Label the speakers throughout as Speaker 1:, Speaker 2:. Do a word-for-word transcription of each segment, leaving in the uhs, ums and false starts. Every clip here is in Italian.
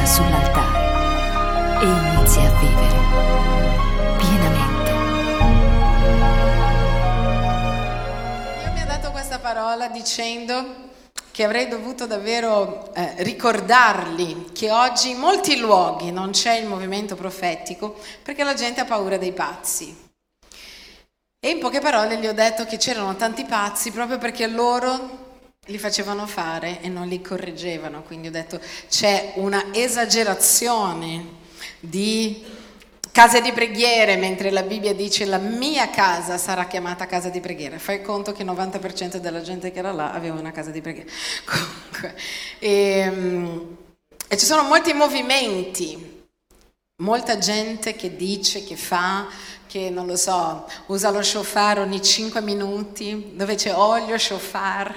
Speaker 1: sull'altare e inizi a vivere pienamente.
Speaker 2: Dio mi ha dato questa parola dicendo che avrei dovuto davvero eh, ricordargli che oggi in molti luoghi non c'è il movimento profetico perché la gente ha paura dei pazzi. E in poche parole gli ho detto che c'erano tanti pazzi proprio perché loro li facevano fare e non li correggevano. Quindi ho detto c'è una esagerazione di case di preghiere, mentre la Bibbia dice la mia casa sarà chiamata casa di preghiera. Fai conto che il novanta per cento della gente che era là aveva una casa di preghiera. Comunque, e, e ci sono molti movimenti, molta gente che dice, che fa, che non lo so, usa lo shofar ogni cinque minuti, dove c'è olio, shofar,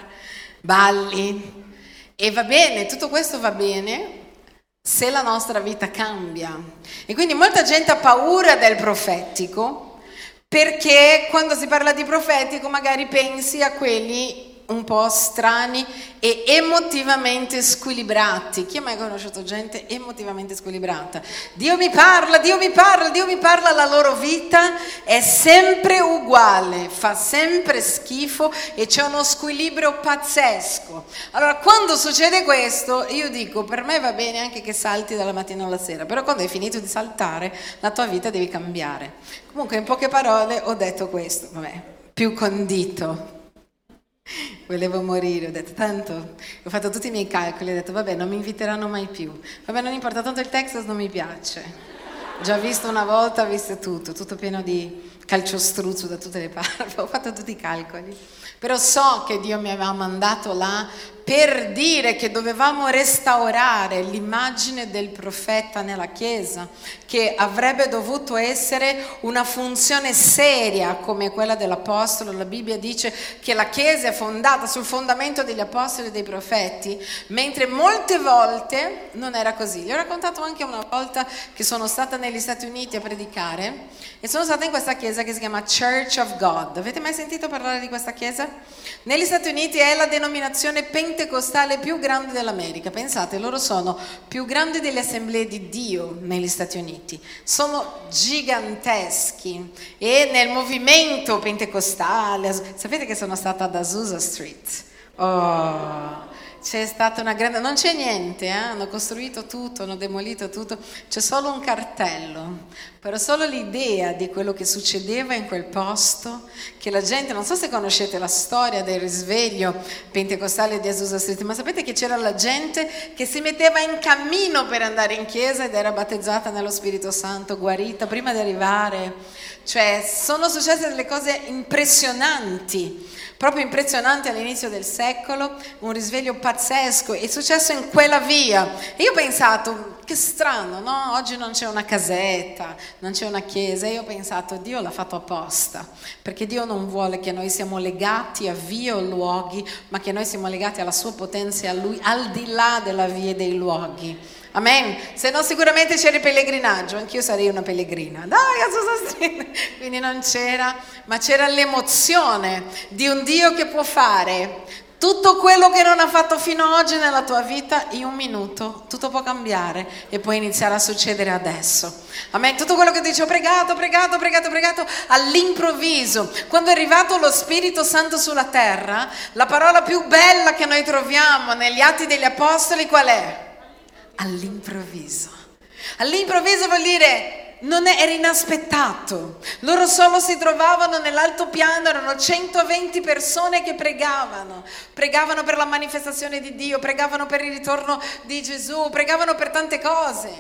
Speaker 2: balli. E va bene, tutto questo va bene se la nostra vita cambia. E quindi molta gente ha paura del profetico perché quando si parla di profetico magari pensi a quelli un po' strani e emotivamente squilibrati. Chi ha mai conosciuto gente emotivamente squilibrata? Dio mi parla, Dio mi parla, Dio mi parla, la loro vita è sempre uguale, fa sempre schifo e c'è uno squilibrio pazzesco. Allora, quando succede questo, io dico, per me va bene anche che salti dalla mattina alla sera, però quando hai finito di saltare, la tua vita devi cambiare. Comunque, in poche parole, ho detto questo, vabbè, più condito. Volevo morire, ho detto tanto, ho fatto tutti i miei calcoli, ho detto vabbè non mi inviteranno mai più, vabbè non importa, tanto il Texas non mi piace, già visto una volta, ho visto tutto, tutto pieno di calciostruzzo da tutte le parti, ho fatto tutti i calcoli, però so che Dio mi aveva mandato là per dire che dovevamo restaurare l'immagine del profeta nella Chiesa, che avrebbe dovuto essere una funzione seria come quella dell'Apostolo. La Bibbia dice che la Chiesa è fondata sul fondamento degli Apostoli e dei Profeti, mentre molte volte non era così. Gli ho raccontato anche una volta che sono stata negli Stati Uniti a predicare e sono stata in questa chiesa che si chiama Church of God. Avete mai sentito parlare di questa chiesa? Negli Stati Uniti è la denominazione pentecostale più grande dell'America. Pensate, loro sono più grandi delle assemblee di Dio negli Stati Uniti. Sono giganteschi e nel movimento pentecostale, sapete che sono stata ad Azusa Street? Oh, c'è stata una grande, non c'è niente, eh? Hanno costruito tutto, hanno demolito tutto, c'è solo un cartello, però solo l'idea di quello che succedeva in quel posto, che la gente, non so se conoscete la storia del risveglio pentecostale di Azusa Street, ma sapete che c'era la gente che si metteva in cammino per andare in chiesa ed era battezzata nello Spirito Santo, guarita prima di arrivare, cioè sono successe delle cose impressionanti, proprio impressionanti all'inizio del secolo, un risveglio pazzesco, è successo in quella via. E io ho pensato, che strano, no? Oggi non c'è una casetta, non c'è una chiesa, e io ho pensato, Dio l'ha fatto apposta, perché Dio non vuole che noi siamo legati a vie o luoghi, ma che noi siamo legati alla sua potenza e a Lui, al di là della via e dei luoghi. Amen. Se no sicuramente c'era il pellegrinaggio, anch'io sarei una pellegrina. Dai, Azusa Street. Quindi non c'era, ma c'era l'emozione di un Dio che può fare tutto quello che non ha fatto fino ad oggi nella tua vita in un minuto. Tutto può cambiare e può iniziare a succedere adesso. Amen. Tutto quello che dice ho pregato, pregato, pregato, pregato, all'improvviso, quando è arrivato lo Spirito Santo sulla terra, la parola più bella che noi troviamo negli Atti degli Apostoli qual è? All'improvviso. All'improvviso vuol dire non è, era inaspettato. Loro solo si trovavano nell'altopiano, erano centoventi persone che pregavano, pregavano per la manifestazione di Dio, pregavano per il ritorno di Gesù, pregavano per tante cose.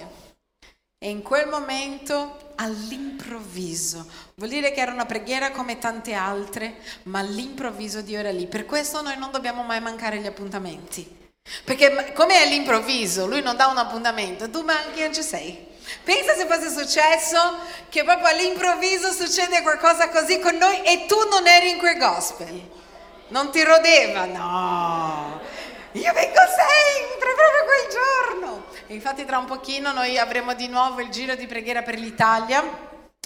Speaker 2: E in quel momento, all'improvviso, vuol dire che era una preghiera come tante altre, ma all'improvviso Dio era lì. Per questo noi non dobbiamo mai mancare gli appuntamenti. Perché come è all'improvviso, lui non dà un appuntamento, tu manchi e non ci sei. Pensa se fosse successo che proprio all'improvviso succede qualcosa così con noi e tu non eri in quel gospel, non ti rodeva, no, io vengo sempre proprio quel giorno. E infatti tra un pochino noi avremo di nuovo il giro di preghiera per l'Italia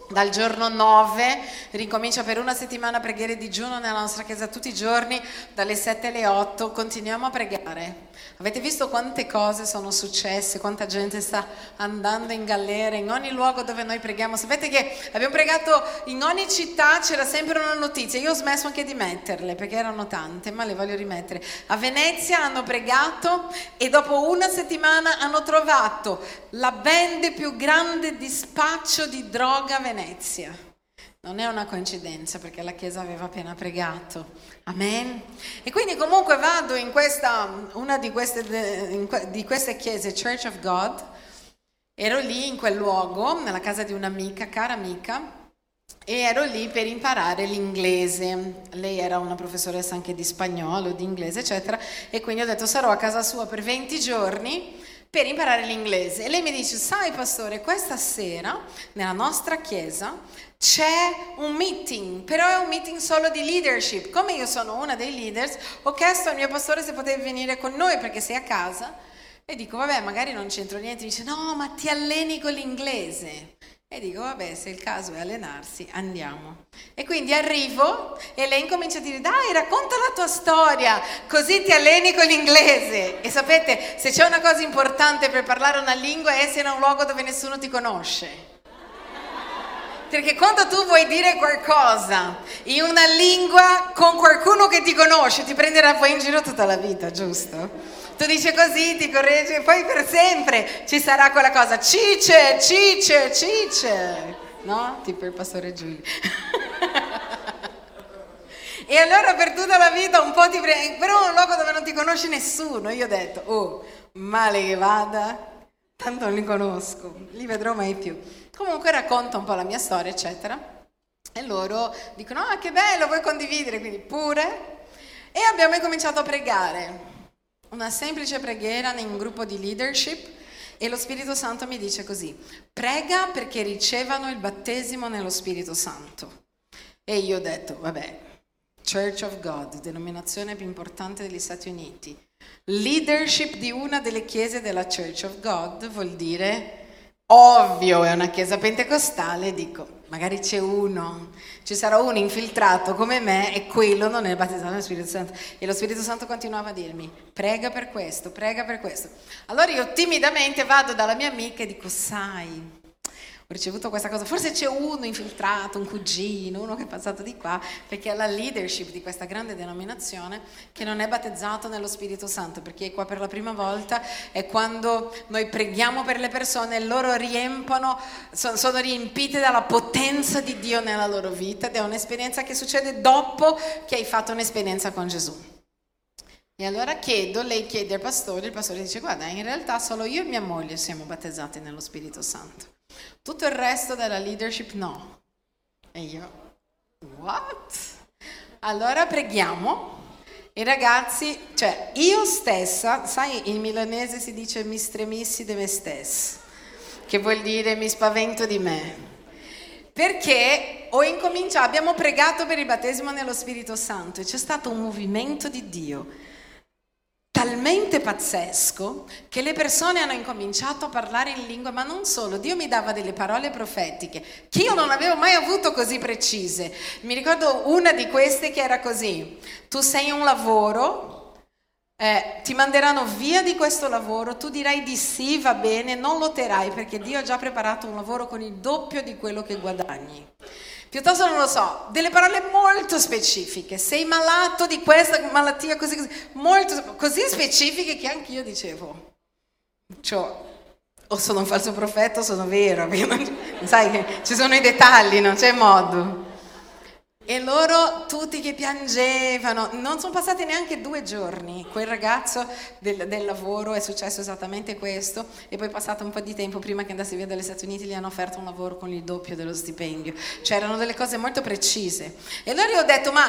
Speaker 2: Dal giorno nove ricomincia per una settimana preghiere digiuno nella nostra chiesa tutti i giorni, dalle sette alle otto, continuiamo a pregare. Avete visto quante cose sono successe, quanta gente sta andando in galera, in ogni luogo dove noi preghiamo. Sapete che abbiamo pregato in ogni città, c'era sempre una notizia, io ho smesso anche di metterle perché erano tante, ma le voglio rimettere. A Venezia hanno pregato e dopo una settimana hanno trovato la band più grande di spaccio di droga a Venezia. Non è una coincidenza perché la Chiesa aveva appena pregato. Amen. E quindi comunque vado in questa, una di queste, in que, di queste chiese, Church of God. Ero lì in quel luogo, nella casa di un'amica, cara amica, e ero lì per imparare l'inglese. Lei era una professoressa anche di spagnolo, di inglese, eccetera. E quindi ho detto sarò a casa sua per venti giorni per imparare l'inglese. E lei mi dice, sai pastore, questa sera nella nostra chiesa c'è un meeting, però è un meeting solo di leadership. Come io sono una dei leaders, ho chiesto al mio pastore se potevi venire con noi perché sei a casa. E dico, vabbè, magari non c'entro niente. Mi dice, no, ma ti alleni con l'inglese. E dico, vabbè, se il caso è allenarsi, andiamo. E quindi arrivo e lei incomincia a dire, dai, racconta la tua storia, così ti alleni con l'inglese. E sapete, se c'è una cosa importante per parlare una lingua è essere in un luogo dove nessuno ti conosce. Perché quando tu vuoi dire qualcosa in una lingua con qualcuno che ti conosce, ti prenderà poi in giro tutta la vita, giusto? Tu dici così, ti corregge, poi per sempre ci sarà quella cosa, cice, cice, cice, no? Tipo il pastore Giulio. E allora per tutta la vita un po' ti prende, però è un luogo dove non ti conosce nessuno. Io ho detto, oh, male che vada, tanto non li conosco, li vedrò mai più. Comunque racconto un po' la mia storia, eccetera. E loro dicono, ah, che bello, vuoi condividere? Quindi pure. E abbiamo cominciato a pregare. Una semplice preghiera in un gruppo di leadership e lo Spirito Santo mi dice così, prega perché ricevano il battesimo nello Spirito Santo. E io ho detto, vabbè, Church of God, denominazione più importante degli Stati Uniti, leadership di una delle chiese della Church of God vuol dire, ovvio, è una chiesa pentecostale, dico, magari c'è uno, ci sarà uno infiltrato come me e quello non è battezzato nello Spirito Santo. E lo Spirito Santo continuava a dirmi, prega per questo, prega per questo. Allora io timidamente vado dalla mia amica e dico, sai, ho ricevuto questa cosa, forse c'è uno infiltrato, un cugino, uno che è passato di qua, perché è la leadership di questa grande denominazione che non è battezzato nello Spirito Santo, perché è qua per la prima volta è quando noi preghiamo per le persone e loro riempono, sono riempite dalla potenza di Dio nella loro vita ed è un'esperienza che succede dopo che hai fatto un'esperienza con Gesù. E allora chiedo, lei chiede al pastore, il pastore dice, guarda, in realtà solo io e mia moglie siamo battezzati nello Spirito Santo. Tutto il resto della leadership no. E io, what? Allora preghiamo. I ragazzi, cioè io stessa, sai in milanese si dice mi stremissi di me stessa, che vuol dire mi spavento di me. Perché ho incominciato, abbiamo pregato per il battesimo nello Spirito Santo e c'è stato un movimento di Dio talmente pazzesco che le persone hanno incominciato a parlare in lingua, ma non solo, Dio mi dava delle parole profetiche che io non avevo mai avuto così precise. Mi ricordo una di queste che era così, tu sei un lavoro, eh, ti manderanno via di questo lavoro, tu dirai di sì, va bene, non lotterai perché Dio ha già preparato un lavoro con il doppio di quello che guadagni. Piuttosto non lo so, delle parole molto specifiche, sei malato di questa malattia così così, molto, così specifiche che anche io dicevo, cioè, o sono un falso profeta o sono vero, non, sai che ci sono i dettagli, non c'è modo. E loro tutti che piangevano, non sono passati neanche due giorni, quel ragazzo del, del lavoro è successo esattamente questo e poi è passato un po' di tempo prima che andasse via dagli Stati Uniti gli hanno offerto un lavoro con il doppio dello stipendio, cioè erano delle cose molto precise. E allora io ho detto, ma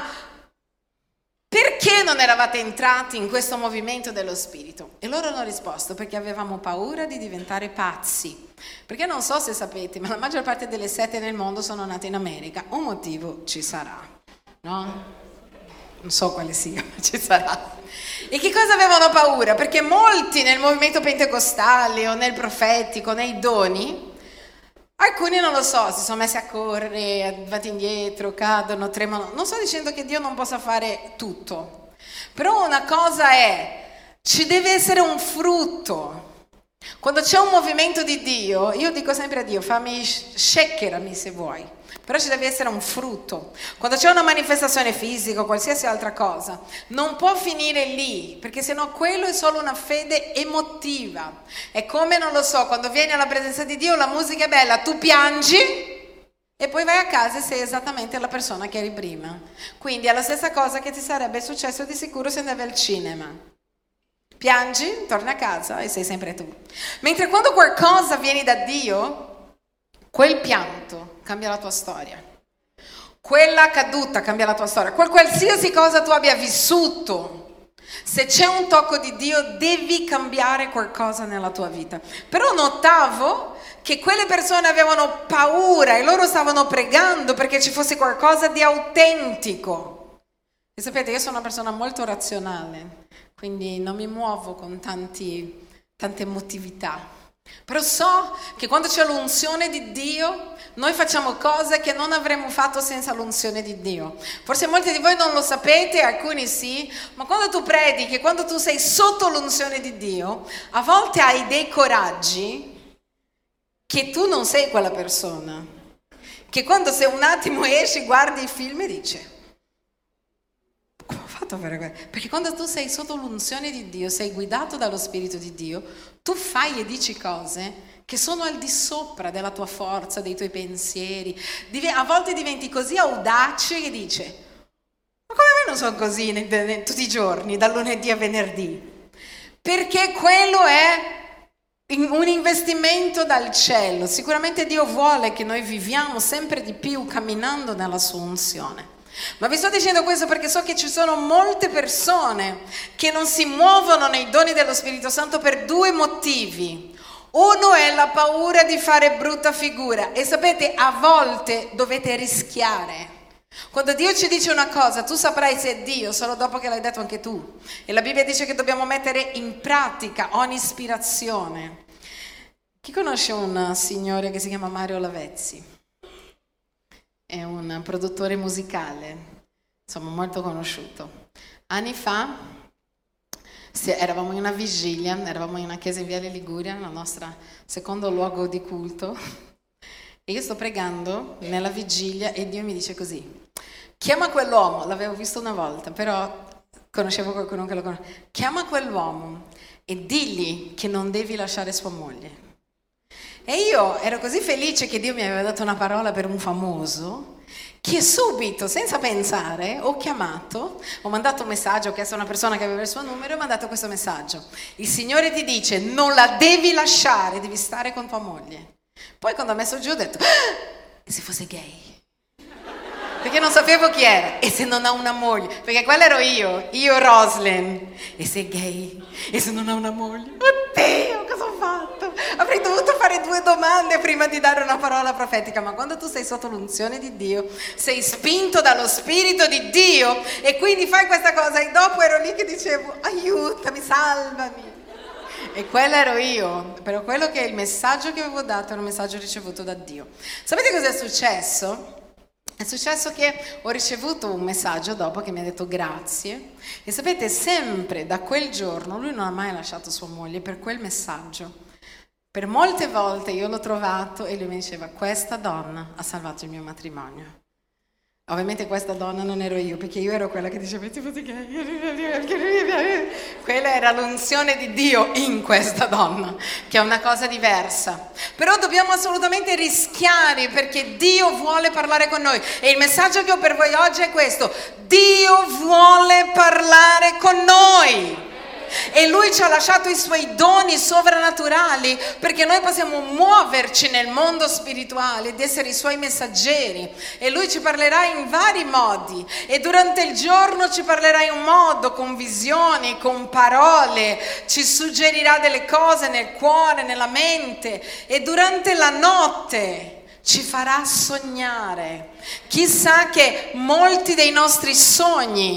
Speaker 2: perché non eravate entrati in questo movimento dello Spirito? E loro hanno risposto, perché avevamo paura di diventare pazzi. Perché non so se sapete, ma la maggior parte delle sette nel mondo sono nate in America. Un motivo ci sarà, no? Non so quale sia, ma ci sarà. E che cosa avevano paura? Perché molti nel movimento pentecostale o nel profetico, nei doni, Alcuni non lo so, si sono messi a correre, avanti e indietro, cadono, tremano. Non sto dicendo che Dio non possa fare tutto, però una cosa è, ci deve essere un frutto. Quando c'è un movimento di Dio, io dico sempre a Dio, fammi, shakerami se vuoi, però ci deve essere un frutto. Quando c'è una manifestazione fisica o qualsiasi altra cosa, non può finire lì, perché sennò quello è solo una fede emotiva. È come, non lo so, quando vieni alla presenza di Dio, la musica è bella, tu piangi e poi vai a casa e sei esattamente la persona che eri prima. Quindi è la stessa cosa che ti sarebbe successo di sicuro se andavi al cinema. Piangi, torni a casa e sei sempre tu. Mentre quando qualcosa viene da Dio, quel pianto cambia la tua storia. Quella caduta cambia la tua storia. Quel qualsiasi cosa tu abbia vissuto, se c'è un tocco di Dio, devi cambiare qualcosa nella tua vita. Però notavo che quelle persone avevano paura e loro stavano pregando perché ci fosse qualcosa di autentico. E sapete, io sono una persona molto razionale, quindi non mi muovo con tanti, tante emotività. Però so che quando c'è l'unzione di Dio, noi facciamo cose che non avremmo fatto senza l'unzione di Dio. Forse molti di voi non lo sapete, alcuni sì, ma quando tu predichi, quando tu sei sotto l'unzione di Dio, a volte hai dei coraggi che tu non sei quella persona. Che quando se un attimo esci, guardi il film e dici... Come ho fatto a fare questo? Perché quando tu sei sotto l'unzione di Dio, sei guidato dallo Spirito di Dio, tu fai e dici cose che sono al di sopra della tua forza, dei tuoi pensieri. A volte diventi così audace che dici, ma come mai non sono così tutti i giorni, dal lunedì a venerdì? Perché quello è un investimento dal cielo. Sicuramente Dio vuole che noi viviamo sempre di più camminando nella sua unzione. Ma vi sto dicendo questo perché so che ci sono molte persone che non si muovono nei doni dello Spirito Santo per due motivi. Uno è la paura di fare brutta figura e sapete, a volte dovete rischiare. Quando Dio ci dice una cosa, tu saprai se è Dio solo dopo che l'hai detto anche tu. E la Bibbia dice che dobbiamo mettere in pratica ogni ispirazione. Chi conosce un signore che si chiama Mario Lavezzi? È un produttore musicale, insomma molto conosciuto. Anni fa eravamo in una vigilia, eravamo in una chiesa in Viale Liguria, il nostro secondo luogo di culto, e io sto pregando nella vigilia e Dio mi dice così: chiama quell'uomo, l'avevo visto una volta, però conoscevo qualcuno che lo conosce, chiama quell'uomo e digli che non devi lasciare sua moglie. E io ero così felice che Dio mi aveva dato una parola per un famoso, che subito, senza pensare, ho chiamato, ho mandato un messaggio, ho chiesto a una persona che aveva il suo numero e ho mandato questo messaggio. Il Signore ti dice, non la devi lasciare, devi stare con tua moglie. Poi quando ho messo giù ho detto, ah, e se fosse gay? Perché non sapevo chi era. E se non ha una moglie? Perché quella ero io, io Roslyn. E se è gay? E se non ha una moglie? Oddio, cosa ho fatto? Avrei dovuto fare due domande prima di dare una parola profetica. Ma quando tu sei sotto l'unzione di Dio, sei spinto dallo Spirito di Dio e quindi fai questa cosa. E dopo ero lì che dicevo, aiutami, salvami. E quella ero io. Però quello che è il messaggio che avevo dato era un messaggio ricevuto da Dio. Sapete cosa è successo? È successo che ho ricevuto un messaggio dopo che mi ha detto grazie e sapete, sempre da quel giorno lui non ha mai lasciato sua moglie per quel messaggio. Per molte volte io l'ho trovato e lui mi diceva, questa donna ha salvato il mio matrimonio. Ovviamente questa donna non ero io, perché io ero quella che diceva quella era l'unzione di Dio in questa donna, che è una cosa diversa. Però dobbiamo assolutamente rischiare, perché Dio vuole parlare con noi. E il messaggio che ho per voi oggi è questo: Dio vuole parlare con noi. E Lui ci ha lasciato i Suoi doni sovrannaturali perché noi possiamo muoverci nel mondo spirituale ed essere i Suoi messaggeri. E Lui ci parlerà in vari modi e durante il giorno ci parlerà in un modo, con visioni, con parole, ci suggerirà delle cose nel cuore, nella mente, e durante la notte ci farà sognare. Chissà che molti dei nostri sogni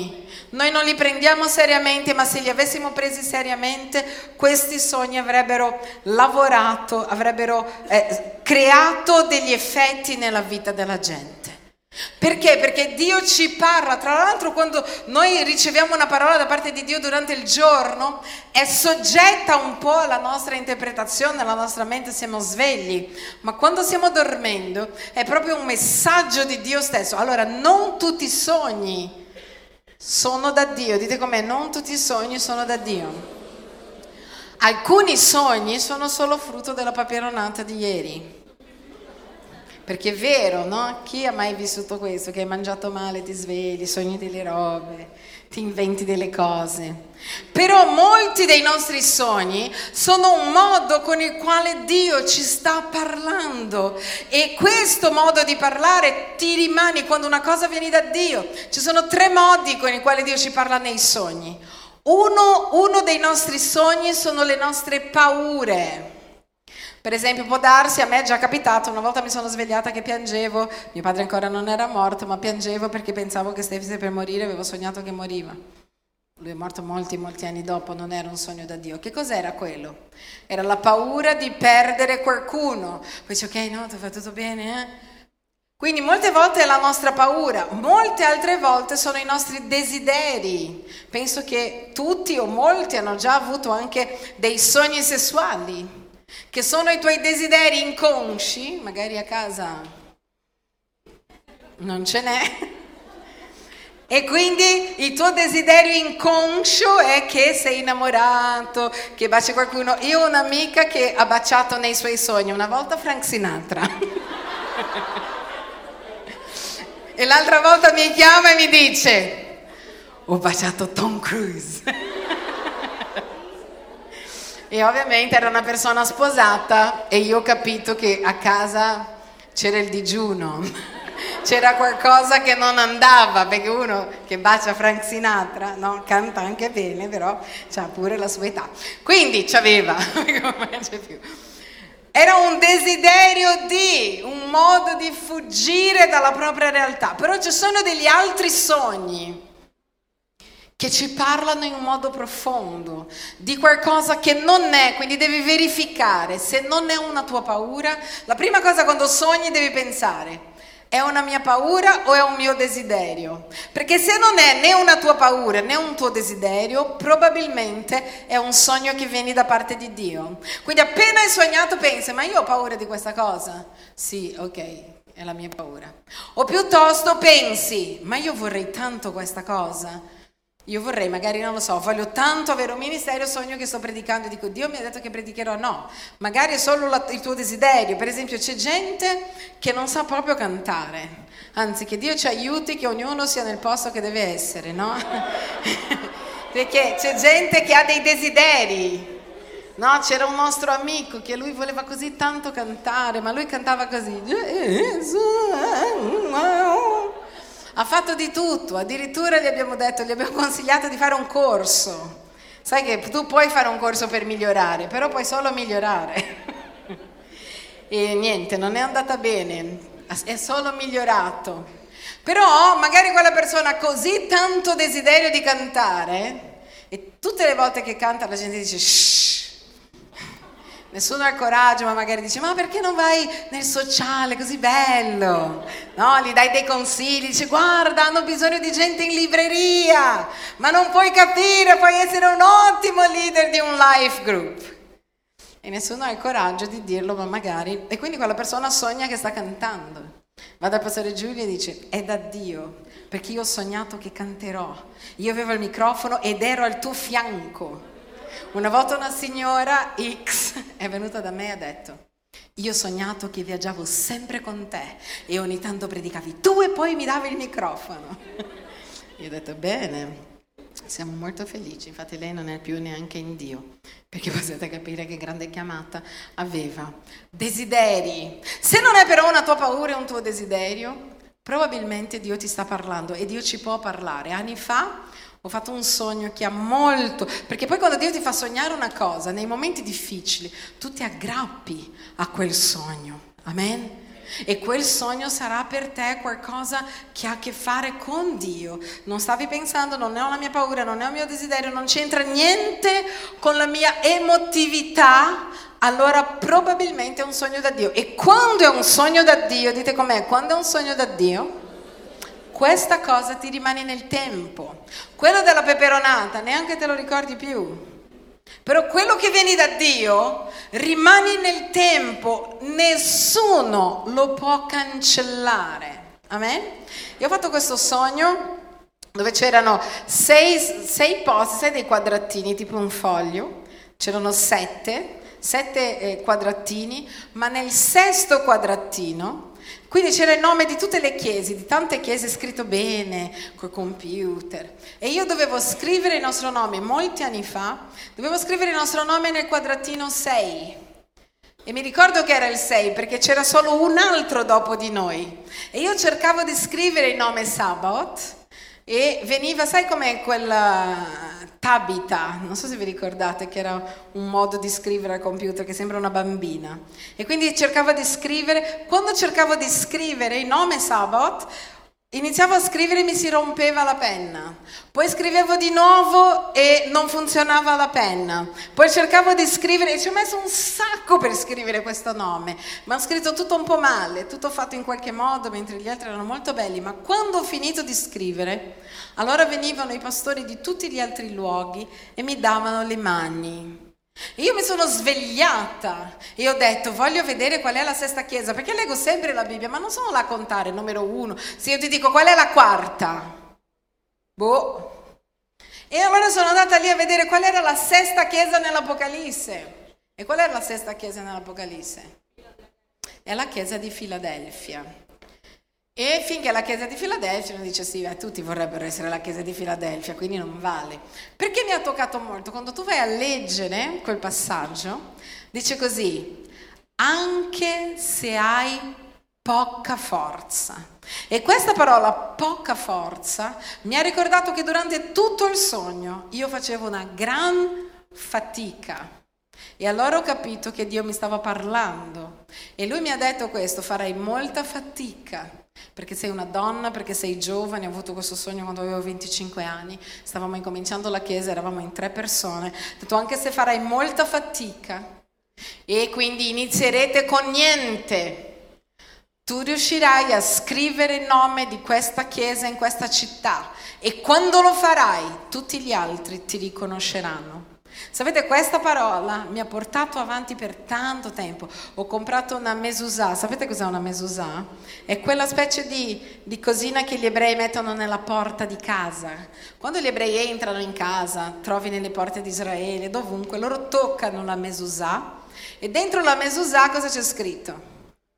Speaker 2: Noi non li prendiamo seriamente, ma se li avessimo presi seriamente, questi sogni avrebbero lavorato, avrebbero eh, creato degli effetti nella vita della gente. Perché? Perché Dio ci parla. Tra l'altro, quando noi riceviamo una parola da parte di Dio durante il giorno, è soggetta un po' alla nostra interpretazione, alla nostra mente, siamo svegli, ma quando stiamo dormendo è proprio un messaggio di Dio stesso. Allora, non tutti i sogni sono da Dio. Dite com'è, non tutti i sogni sono da Dio. Alcuni sogni sono solo frutto della paperonata di ieri. Perché è vero, no? Chi ha mai vissuto questo? Che hai mangiato male, ti svegli, sogni delle robe, ti inventi delle cose. Però molti dei nostri sogni sono un modo con il quale Dio ci sta parlando. E questo modo di parlare ti rimane quando una cosa viene da Dio. Ci sono tre modi con i quali Dio ci parla nei sogni. Uno, uno dei nostri sogni sono le nostre paure. Per esempio, può darsi, a me è già capitato, una volta mi sono svegliata che piangevo, mio padre ancora non era morto, ma piangevo perché pensavo che stesse per morire, avevo sognato che moriva. Lui è morto molti, molti anni dopo, non era un sogno da Dio. Che cos'era quello? Era la paura di perdere qualcuno. Poi dice, ok, no, ti fa tutto bene, eh? Quindi molte volte è la nostra paura, molte altre volte sono i nostri desideri. Penso che tutti o molti hanno già avuto anche dei sogni sessuali, che sono i tuoi desideri inconsci, magari a casa non ce n'è, e quindi il tuo desiderio inconscio è che sei innamorato, che baci qualcuno. Io ho un'amica che ha baciato nei suoi sogni, una volta Frank Sinatra, e l'altra volta mi chiama e mi dice, ho baciato Tom Cruise. E ovviamente era una persona sposata e io ho capito che a casa c'era il digiuno, c'era qualcosa che non andava, perché uno che bacia Frank Sinatra, no, canta anche bene, però c'ha pure la sua età. Quindi c'aveva, non c'è più. Era un desiderio di, un modo di fuggire dalla propria realtà. Però ci sono degli altri sogni che ci parlano in un modo profondo di qualcosa che non è, quindi devi verificare se non è una tua paura. La prima cosa quando sogni devi pensare, è una mia paura o è un mio desiderio? Perché se non è né una tua paura né un tuo desiderio, probabilmente è un sogno che viene da parte di Dio. Quindi appena hai sognato pensi, ma io ho paura di questa cosa? Sì, ok, è la mia paura. O piuttosto pensi, ma io vorrei tanto questa cosa. Io vorrei, magari non lo so, voglio tanto avere un ministero, sogno che sto predicando e dico, Dio mi ha detto che predicherò. No, magari è solo la, il tuo desiderio. Per esempio c'è gente che non sa proprio cantare, anzi che Dio ci aiuti che ognuno sia nel posto che deve essere, no? Perché c'è gente che ha dei desideri, no? C'era un nostro amico che lui voleva così tanto cantare, ma lui cantava così. Ha fatto di tutto, addirittura gli abbiamo detto, gli abbiamo consigliato di fare un corso. Sai che tu puoi fare un corso per migliorare, però puoi solo migliorare. E niente, non è andata bene, è solo migliorato. Però magari quella persona ha così tanto desiderio di cantare, e tutte le volte che canta la gente dice shh. Nessuno ha il coraggio, ma magari dice, ma perché non vai nel sociale, così bello? No, gli dai dei consigli, dice, guarda, hanno bisogno di gente in libreria, ma non puoi capire, puoi essere un ottimo leader di un life group. E nessuno ha il coraggio di dirlo, ma magari... E quindi quella persona sogna che sta cantando. Va dal pastore Giulio e dice, è da Dio, perché io ho sognato che canterò. Io avevo il microfono ed ero al tuo fianco. Una volta una signora X è venuta da me e ha detto, io ho sognato che viaggiavo sempre con te e ogni tanto predicavi tu e poi mi davi il microfono. Io ho detto, bene, siamo molto felici, infatti lei non è più neanche in Dio, perché potete capire che grande chiamata aveva. Desideri. Se non è però una tua paura e un tuo desiderio, probabilmente Dio ti sta parlando e Dio ci può parlare. Anni fa ho fatto un sogno che ha molto, perché poi quando Dio ti fa sognare una cosa, nei momenti difficili, tu ti aggrappi a quel sogno, amen? e quel sogno sarà per te qualcosa che ha a che fare con Dio. Non stavi pensando, non è una mia paura, non è un mio desiderio, non c'entra niente con la mia emotività, allora probabilmente è un sogno da Dio. E quando è un sogno da Dio, dite com'è, quando è un sogno da Dio, questa cosa ti rimane nel tempo. Quello della peperonata neanche te lo ricordi più. Però quello che viene da Dio rimane nel tempo, nessuno lo può cancellare. Amen? Io ho fatto questo sogno dove c'erano sei, sei posti, sei dei quadratini, tipo un foglio, c'erano sette, sette eh, quadratini, ma nel sesto quadratino, quindi c'era il nome di tutte le chiese, di tante chiese scritto bene, col computer. E io dovevo scrivere il nostro nome, molti anni fa, dovevo scrivere il nostro nome nel quadratino sei. E mi ricordo che era il sei perché c'era solo un altro dopo di noi. E io cercavo di scrivere il nome Sabaoth e veniva, sai com'è quella Tabita, non so se vi ricordate che era un modo di scrivere al computer che sembra una bambina. E quindi cercavo di scrivere, quando cercavo di scrivere il nome Sabaoth, iniziavo a scrivere e mi si rompeva la penna, poi scrivevo di nuovo e non funzionava la penna, poi cercavo di scrivere e ci ho messo un sacco per scrivere questo nome, ma ho scritto tutto un po' male, tutto fatto in qualche modo mentre gli altri erano molto belli, ma quando ho finito di scrivere, allora venivano i pastori di tutti gli altri luoghi e mi davano le mani. E io mi sono svegliata e ho detto voglio vedere qual è la sesta chiesa, perché leggo sempre la Bibbia ma non sono là a contare numero uno, se io ti dico qual è la quarta, boh. E allora sono andata lì a vedere qual era la sesta chiesa nell'Apocalisse. E qual è la sesta chiesa nell'Apocalisse? È la chiesa di Filadelfia. E finché la chiesa di Filadelfia uno dice sì, beh, tutti vorrebbero essere la chiesa di Filadelfia, quindi non vale. Perché mi ha toccato molto? Quando tu vai a leggere quel passaggio, dice così, anche se hai poca forza. E questa parola poca forza mi ha ricordato che durante tutto il sogno io facevo una gran fatica. E allora ho capito che Dio mi stava parlando. E Lui mi ha detto questo, farai molta fatica. Perché sei una donna, perché sei giovane, ho avuto questo sogno quando avevo venticinque anni, stavamo incominciando la chiesa, eravamo in tre persone, ho detto anche se farai molta fatica e quindi inizierete con niente, tu riuscirai a scrivere il nome di questa chiesa in questa città e quando lo farai tutti gli altri ti riconosceranno. Sapete, questa parola mi ha portato avanti per tanto tempo. Ho comprato una mezuzah. Sapete cos'è una mezuzah? È quella specie di, di cosina che gli ebrei mettono nella porta di casa. Quando gli ebrei entrano in casa, trovi nelle porte di Israele, dovunque, loro toccano la mezuzah e dentro la mezuzah cosa c'è scritto?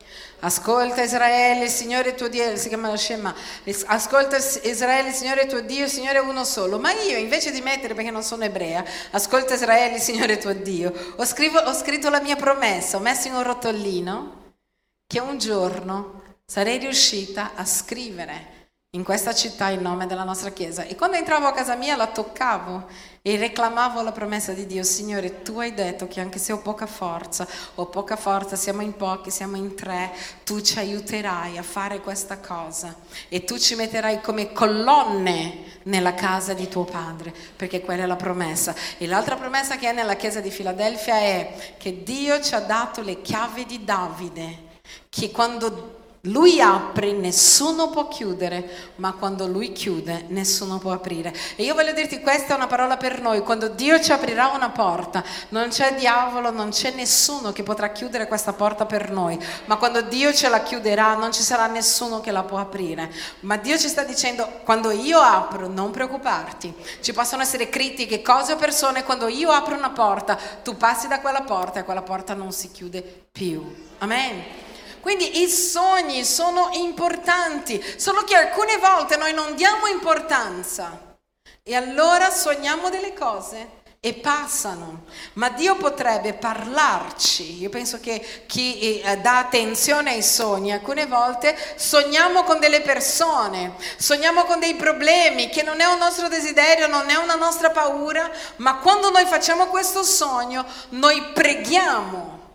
Speaker 2: Ascolta Israele, il Signore tuo Dio, si chiama la Shema, ascolta Israele, il Signore tuo Dio, il Signore è uno solo. Ma io invece di mettere, perché non sono ebrea, ascolta Israele, il Signore tuo Dio, ho, scrivo, ho scritto la mia promessa, ho messo in un rotolino che un giorno sarei riuscita a scrivere in questa città il nome della nostra chiesa. E quando entravo a casa mia la toccavo e reclamavo la promessa di Dio. Signore, tu hai detto che anche se ho poca forza, ho poca forza, siamo in pochi, siamo in tre, tu ci aiuterai a fare questa cosa e tu ci metterai come colonne nella casa di tuo padre, perché quella è la promessa. E l'altra promessa che è nella chiesa di Filadelfia è che Dio ci ha dato le chiavi di Davide, che quando Lui apre, nessuno può chiudere, ma quando Lui chiude, nessuno può aprire. E io voglio dirti, questa è una parola per noi. Quando Dio ci aprirà una porta, non c'è diavolo, non c'è nessuno che potrà chiudere questa porta per noi. Ma quando Dio ce la chiuderà, non ci sarà nessuno che la può aprire. Ma Dio ci sta dicendo, quando io apro, non preoccuparti. Ci possono essere critiche, cose o persone, quando io apro una porta, tu passi da quella porta e quella porta non si chiude più. Amen. Quindi i sogni sono importanti, solo che alcune volte noi non diamo importanza e allora sogniamo delle cose e passano, ma Dio potrebbe parlarci. Io penso che chi eh, dà attenzione ai sogni, alcune volte sogniamo con delle persone, sogniamo con dei problemi che non è un nostro desiderio, non è una nostra paura, ma quando noi facciamo questo sogno noi preghiamo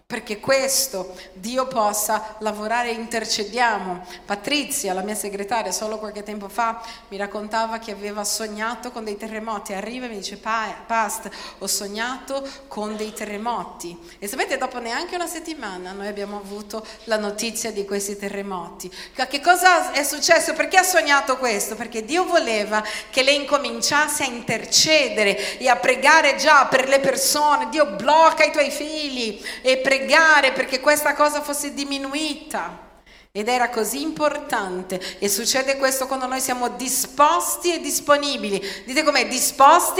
Speaker 2: perché questo Dio possa lavorare. Intercediamo. Patrizia, la mia segretaria, solo qualche tempo fa mi raccontava che aveva sognato con dei terremoti. Arriva e mi dice: Past, ho sognato con dei terremoti. E sapete, dopo neanche una settimana noi abbiamo avuto la notizia di questi terremoti. Che cosa è successo? Perché ha sognato questo? Perché Dio voleva che lei incominciasse a intercedere e a pregare già per le persone. Dio blocca i tuoi figli e pregare perché questa cosa fosse diminuita. Ed era così importante. E succede questo quando noi siamo disposti e disponibili. Dite com'è? Disposti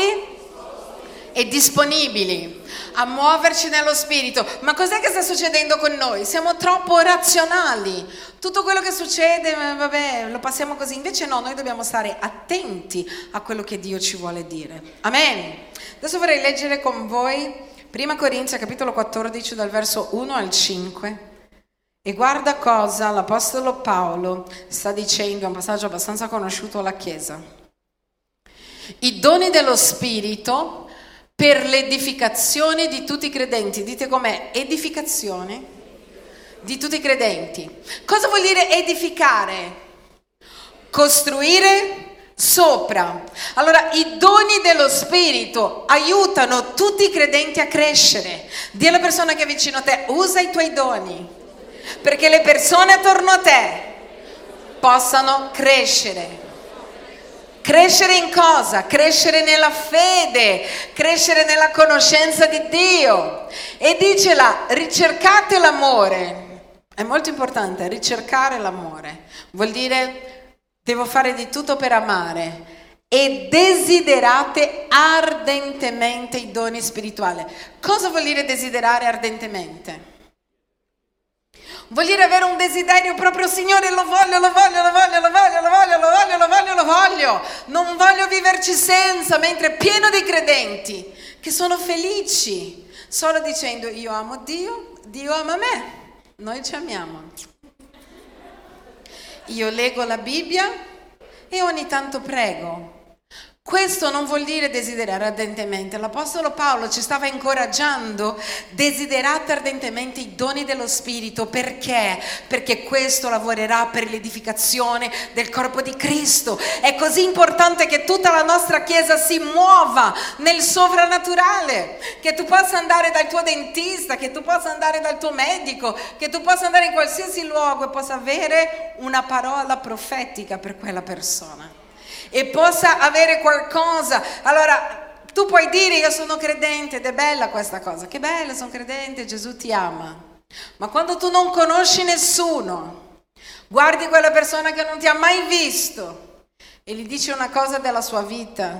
Speaker 2: e disponibili a muoverci nello spirito. Ma cos'è che sta succedendo con noi? Siamo troppo razionali. Tutto quello che succede, vabbè, lo passiamo così. Invece no, noi dobbiamo stare attenti a quello che Dio ci vuole dire. Amen. Adesso vorrei leggere con voi Prima Corinzi, capitolo quattordici, dal verso uno al cinque. E guarda cosa l'Apostolo Paolo sta dicendo, è un passaggio abbastanza conosciuto alla Chiesa. I doni dello Spirito per l'edificazione di tutti i credenti. Dite com'è? Edificazione di tutti i credenti. Cosa vuol dire edificare? Costruire sopra. Allora, i doni dello Spirito aiutano tutti i credenti a crescere. Dì alla persona che è vicino a te: usa i tuoi doni perché le persone attorno a te possano crescere. Crescere in cosa? Crescere nella fede, crescere nella conoscenza di Dio. E dice là: ricercate l'amore. È molto importante ricercare l'amore. Vuol dire devo fare di tutto per amare. E desiderate ardentemente i doni spirituali. Cosa vuol dire desiderare ardentemente? Vuol dire avere un desiderio proprio: Signore, lo voglio, lo voglio, lo voglio, lo voglio, lo voglio, lo voglio, lo voglio, lo voglio. Non voglio viverci senza, mentre è pieno di credenti che sono felici solo dicendo: io amo Dio, Dio ama me, noi ci amiamo. Io leggo la Bibbia e ogni tanto prego. Questo non vuol dire desiderare ardentemente. L'Apostolo Paolo ci stava incoraggiando: desiderate ardentemente i doni dello Spirito. Perché? Perché questo lavorerà per l'edificazione del corpo di Cristo. È così importante che tutta la nostra Chiesa si muova nel sovrannaturale, che tu possa andare dal tuo dentista, che tu possa andare dal tuo medico, che tu possa andare in qualsiasi luogo e possa avere una parola profetica per quella persona. E possa avere qualcosa. Allora, tu puoi dire: io sono credente, ed è bella questa cosa. Che bella, sono credente, Gesù ti ama. Ma quando tu non conosci nessuno, guardi quella persona che non ti ha mai visto e gli dici una cosa della sua vita,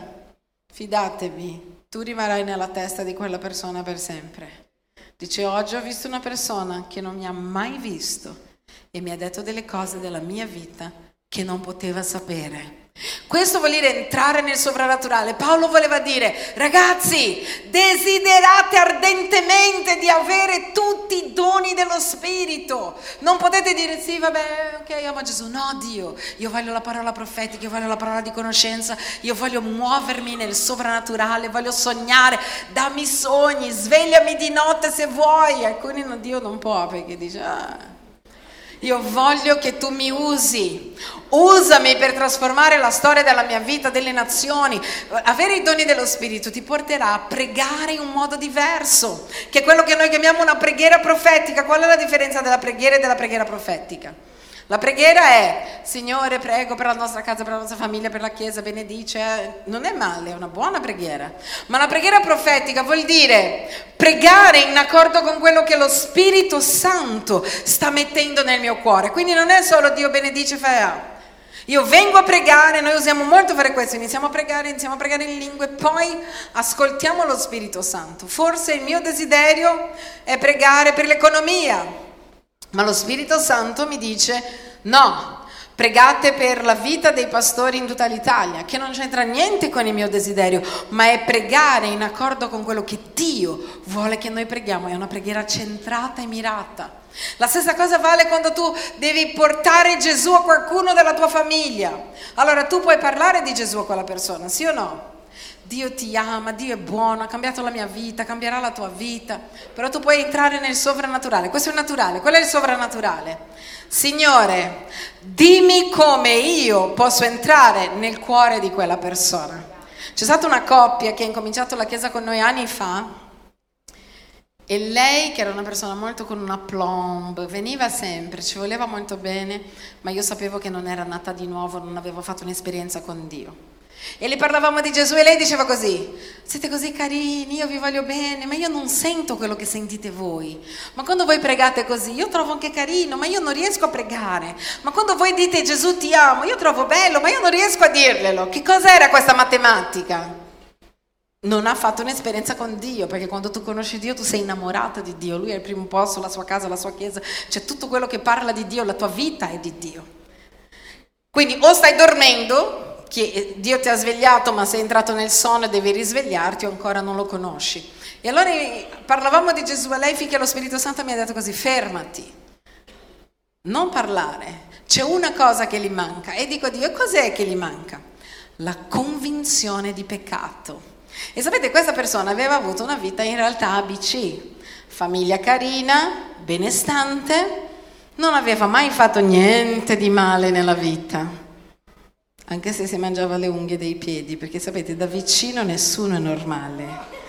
Speaker 2: fidatevi, tu rimarrai nella testa di quella persona per sempre. Dice: oggi ho visto una persona che non mi ha mai visto e mi ha detto delle cose della mia vita che non poteva sapere. Questo vuol dire entrare nel sovrannaturale. Paolo voleva dire: ragazzi, desiderate ardentemente di avere tutti i doni dello Spirito. Non potete dire: sì, vabbè, ok, amo Gesù. No, Dio, io voglio la parola profetica, io voglio la parola di conoscenza, io voglio muovermi nel sovrannaturale, voglio sognare, dammi sogni, svegliami di notte se vuoi. Alcuni no, Dio non può, perché dice: ah, io voglio che tu mi usi, usami per trasformare la storia della mia vita, delle nazioni. Avere i doni dello Spirito ti porterà a pregare in un modo diverso, che è quello che noi chiamiamo una preghiera profetica. Qual è la differenza della preghiera e della preghiera profetica? La preghiera è: Signore, prego per la nostra casa, per la nostra famiglia, per la Chiesa, benedice. Non è male, è una buona preghiera. Ma la preghiera profetica vuol dire pregare in accordo con quello che lo Spirito Santo sta mettendo nel mio cuore. Quindi non è solo Dio benedice, fa. Io vengo a pregare, noi usiamo molto fare questo, iniziamo a pregare, iniziamo a pregare in lingue, poi ascoltiamo lo Spirito Santo. Forse il mio desiderio è pregare per l'economia, ma lo Spirito Santo mi dice: no, pregate per la vita dei pastori in tutta l'Italia, che non c'entra niente con il mio desiderio, ma è pregare in accordo con quello che Dio vuole che noi preghiamo. È una preghiera centrata e mirata. La stessa cosa vale quando tu devi portare Gesù a qualcuno della tua famiglia. Allora tu puoi parlare di Gesù a quella persona, sì o no? Dio ti ama, Dio è buono, ha cambiato la mia vita, cambierà la tua vita, però tu puoi entrare nel sovrannaturale. Questo è il naturale, quello è il sovrannaturale. Signore, dimmi come io posso entrare nel cuore di quella persona. C'è stata una coppia che ha incominciato la chiesa con noi anni fa e lei, che era una persona molto con una plomb, veniva sempre, ci voleva molto bene, ma io sapevo che non era nata di nuovo, non aveva fatto un'esperienza con Dio. E le parlavamo di Gesù e lei diceva così: siete così carini, io vi voglio bene, ma io non sento quello che sentite voi. Ma quando voi pregate così, io trovo anche carino, ma io non riesco a pregare. Ma quando voi dite Gesù ti amo, io trovo bello, ma io non riesco a dirglielo. Che cos'era questa matematica? Non ha fatto un'esperienza con Dio, perché quando tu conosci Dio tu sei innamorata di Dio. Lui è il primo posto, la sua casa, la sua chiesa, c'è tutto quello che parla di Dio, la tua vita è di Dio. Quindi o stai dormendo, che Dio ti ha svegliato ma sei entrato nel sonno e devi risvegliarti, o ancora non lo conosci. E allora parlavamo di Gesù a lei finché lo Spirito Santo mi ha detto così: fermati, non parlare, c'è una cosa che gli manca. E dico a Dio: cos'è che gli manca? La convinzione di peccato. E sapete, questa persona aveva avuto una vita in realtà A B C, famiglia carina, benestante, non aveva mai fatto niente di male nella vita, anche se si mangiava le unghie dei piedi, perché sapete, da vicino nessuno è normale.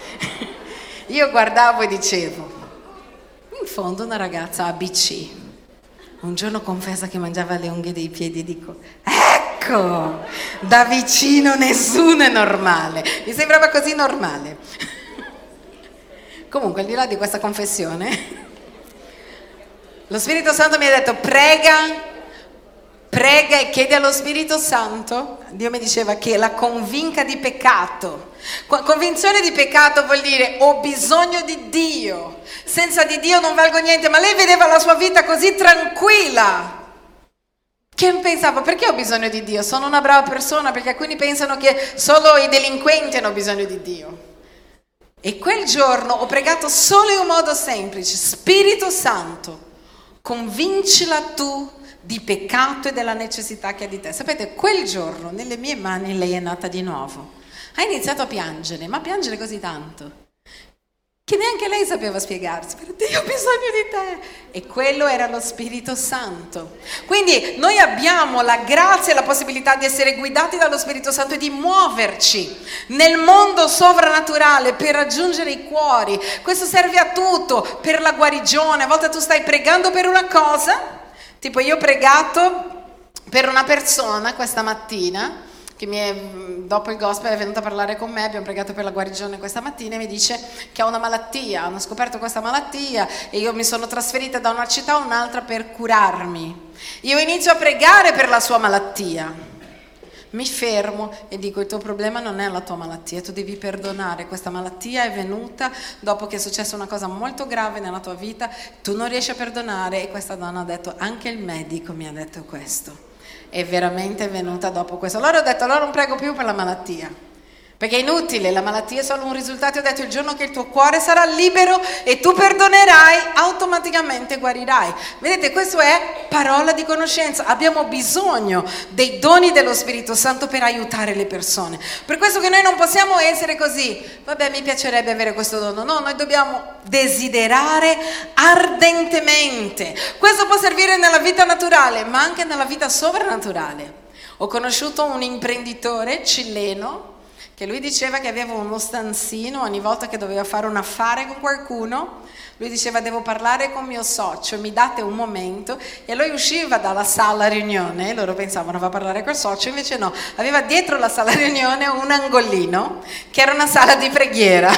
Speaker 2: Io guardavo e dicevo: in fondo una ragazza A B C, un giorno confessa che mangiava le unghie dei piedi e dico: ecco, da vicino nessuno è normale. Mi sembrava così normale. Comunque, al di là di questa confessione, lo Spirito Santo mi ha detto: prega, prega e chiede allo Spirito Santo. Dio mi diceva che la convinca di peccato. Convinzione di peccato vuol dire: ho bisogno di Dio, senza di Dio non valgo niente. Ma lei vedeva la sua vita così tranquilla che pensava: perché ho bisogno di Dio? Sono una brava persona. Perché alcuni pensano che solo i delinquenti hanno bisogno di Dio. E quel giorno ho pregato solo in un modo semplice: Spirito Santo, convincila tu di peccato e della necessità che ha di te. Sapete, quel giorno nelle mie mani lei è nata di nuovo. Ha iniziato a piangere, ma piangere così tanto che neanche lei sapeva spiegarsi: per Dio, ho bisogno di te. E quello era lo Spirito Santo. Quindi noi abbiamo la grazia e la possibilità di essere guidati dallo Spirito Santo e di muoverci nel mondo sovrannaturale per raggiungere i cuori. Questo serve a tutto, per la guarigione. A volte tu stai pregando per una cosa, tipo io ho pregato per una persona questa mattina che mi è, dopo il gospel è venuta a parlare con me, abbiamo pregato per la guarigione questa mattina, e mi dice che ha una malattia, hanno scoperto questa malattia e io mi sono trasferita da una città a un'altra per curarmi. Io inizio a pregare per la sua malattia, mi fermo e dico: il tuo problema non è la tua malattia, tu devi perdonare. Questa malattia è venuta dopo che è successa una cosa molto grave nella tua vita, tu non riesci a perdonare. E questa donna ha detto: anche il medico mi ha detto questo. È veramente venuta dopo questo. Allora ho detto: allora non prego più per la malattia, perché è inutile, la malattia è solo un risultato. Ho detto: il giorno che il tuo cuore sarà libero e tu perdonerai, automaticamente guarirai. Vedete, questo è parola di conoscenza. Abbiamo bisogno dei doni dello Spirito Santo per aiutare le persone. Per questo che noi non possiamo essere così: vabbè, mi piacerebbe avere questo dono. No, noi dobbiamo desiderare ardentemente. Questo può servire nella vita naturale, ma anche nella vita sovrannaturale. Ho conosciuto un imprenditore cileno che lui diceva che aveva uno stanzino, ogni volta che doveva fare un affare con qualcuno, lui diceva: devo parlare con mio socio, mi date un momento. E lui usciva dalla sala riunione, loro pensavano va a parlare col socio, invece no, aveva dietro la sala riunione un angolino che era una sala di preghiera.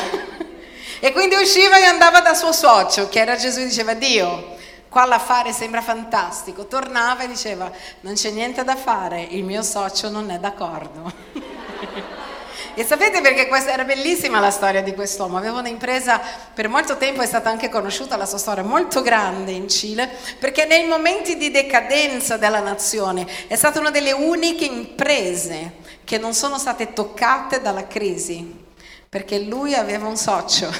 Speaker 2: E quindi usciva e andava da suo socio, che era Gesù, e diceva: Dio, qua l'affare sembra fantastico. Tornava e diceva: non c'è niente da fare, il mio socio non è d'accordo. E sapete perché questa era bellissima la storia di quest'uomo? Aveva un'impresa, per molto tempo è stata anche conosciuta la sua storia, molto grande in Cile, perché nei momenti di decadenza della nazione è stata una delle uniche imprese che non sono state toccate dalla crisi, perché lui aveva un socio.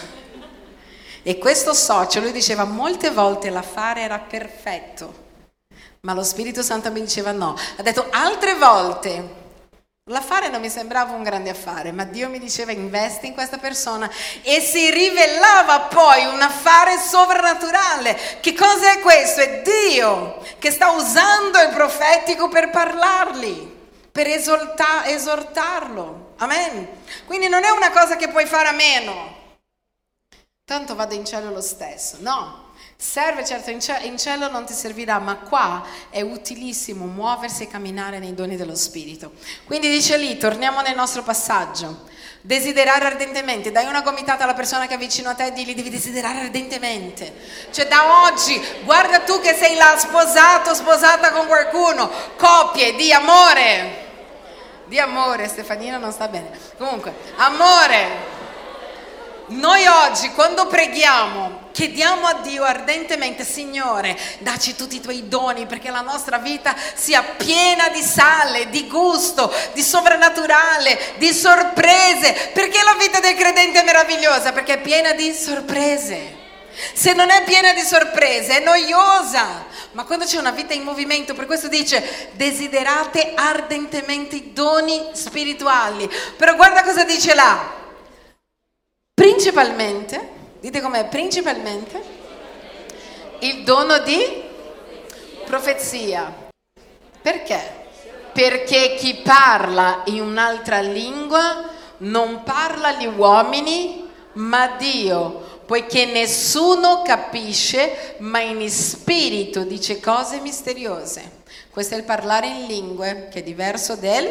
Speaker 2: E questo socio, lui diceva, molte volte l'affare era perfetto, ma lo Spirito Santo mi diceva no. Ha detto altre volte L'affare non mi sembrava un grande affare, ma Dio mi diceva investi in questa persona e si rivelava poi un affare sovrannaturale. Che cosa è questo? È Dio che sta usando il profetico per parlargli, per esorta- esortarlo. Amen. Quindi non è una cosa che puoi fare a meno. Tanto vado in cielo lo stesso. No. Serve, certo, in cielo, in cielo non ti servirà, ma qua è utilissimo muoversi e camminare nei doni dello Spirito. Quindi dice lì, torniamo nel nostro passaggio, desiderare ardentemente, dai una gomitata alla persona che è vicino a te e digli devi desiderare ardentemente. Cioè da oggi, guarda tu che sei là sposato, sposata con qualcuno, coppie, di amore, di amore, Stefanino non sta bene, comunque, amore. Noi oggi quando preghiamo chiediamo a Dio ardentemente, Signore, dacci tutti i tuoi doni perché la nostra vita sia piena di sale, di gusto, di sovrannaturale, di sorprese, perché la vita del credente è meravigliosa, perché è piena di sorprese. Se non è piena di sorprese è noiosa, ma quando c'è una vita in movimento, per questo dice desiderate ardentemente i doni spirituali. Però guarda cosa dice là. Principalmente, dite com'è, principalmente il dono di profezia. Perché? Perché chi parla in un'altra lingua non parla agli uomini, ma Dio, poiché nessuno capisce, ma in spirito dice cose misteriose. Questo è il parlare in lingue, che è diverso del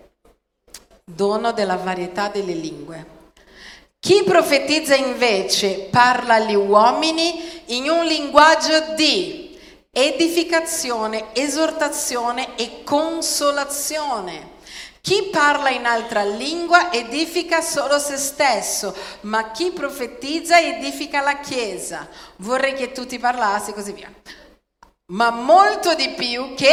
Speaker 2: dono della varietà delle lingue. Chi profetizza invece parla agli uomini in un linguaggio di edificazione, esortazione e consolazione. Chi parla in altra lingua edifica solo se stesso, ma chi profetizza edifica la Chiesa. Vorrei che tutti parlassi così via. Ma molto di più che...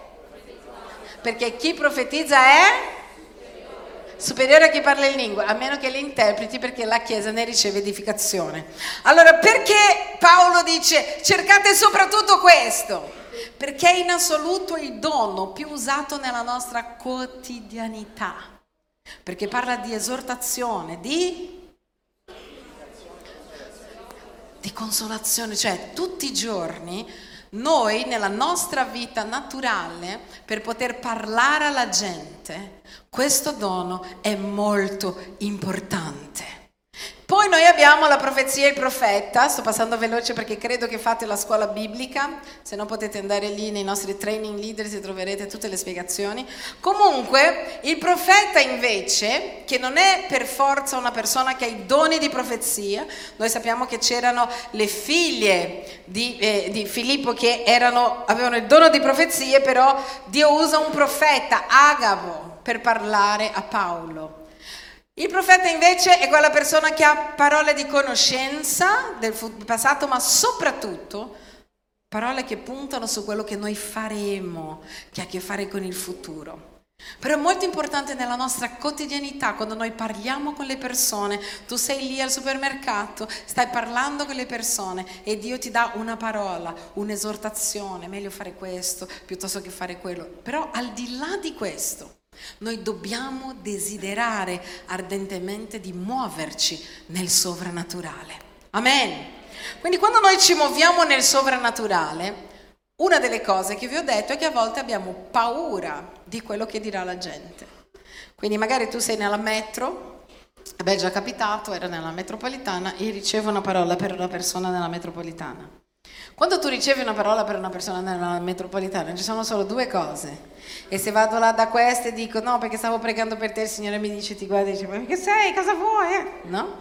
Speaker 2: Perché chi profetizza è... superiore a chi parla in lingua, a meno che le interpreti, perché la Chiesa ne riceve edificazione. Allora, perché Paolo dice cercate soprattutto questo? Perché è in assoluto il dono più usato nella nostra quotidianità, perché parla di esortazione, di, di consolazione, cioè tutti i giorni noi nella nostra vita naturale, per poter parlare alla gente, questo dono è molto importante. Poi noi abbiamo la profezia e il profeta. Sto passando veloce perché credo che fate la scuola biblica, se no potete andare lì nei nostri training leaders e troverete tutte le spiegazioni. Comunque il profeta invece, che non è per forza una persona che ha i doni di profezia, noi sappiamo che c'erano le figlie di, eh, di Filippo che erano, avevano il dono di profezie, però Dio usa un profeta, Agabo, per parlare a Paolo. Il profeta invece è quella persona che ha parole di conoscenza del passato, ma soprattutto parole che puntano su quello che noi faremo, che ha a che fare con il futuro. Però è molto importante nella nostra quotidianità, quando noi parliamo con le persone, tu sei lì al supermercato, stai parlando con le persone e Dio ti dà una parola, un'esortazione, meglio fare questo piuttosto che fare quello. Però al di là di questo, noi dobbiamo desiderare ardentemente di muoverci nel sovrannaturale. Amen. Quindi quando noi ci muoviamo nel sovrannaturale, una delle cose che vi ho detto è che a volte abbiamo paura di quello che dirà la gente. Quindi magari tu sei nella metro, beh, è già capitato, era nella metropolitana e ricevo una parola per una persona nella metropolitana. Quando tu ricevi una parola per una persona nella metropolitana ci sono solo due cose. E se vado là da queste e dico no perché stavo pregando per te, il Signore mi dice, ti guarda e dice ma che sei, cosa vuoi? Eh? No?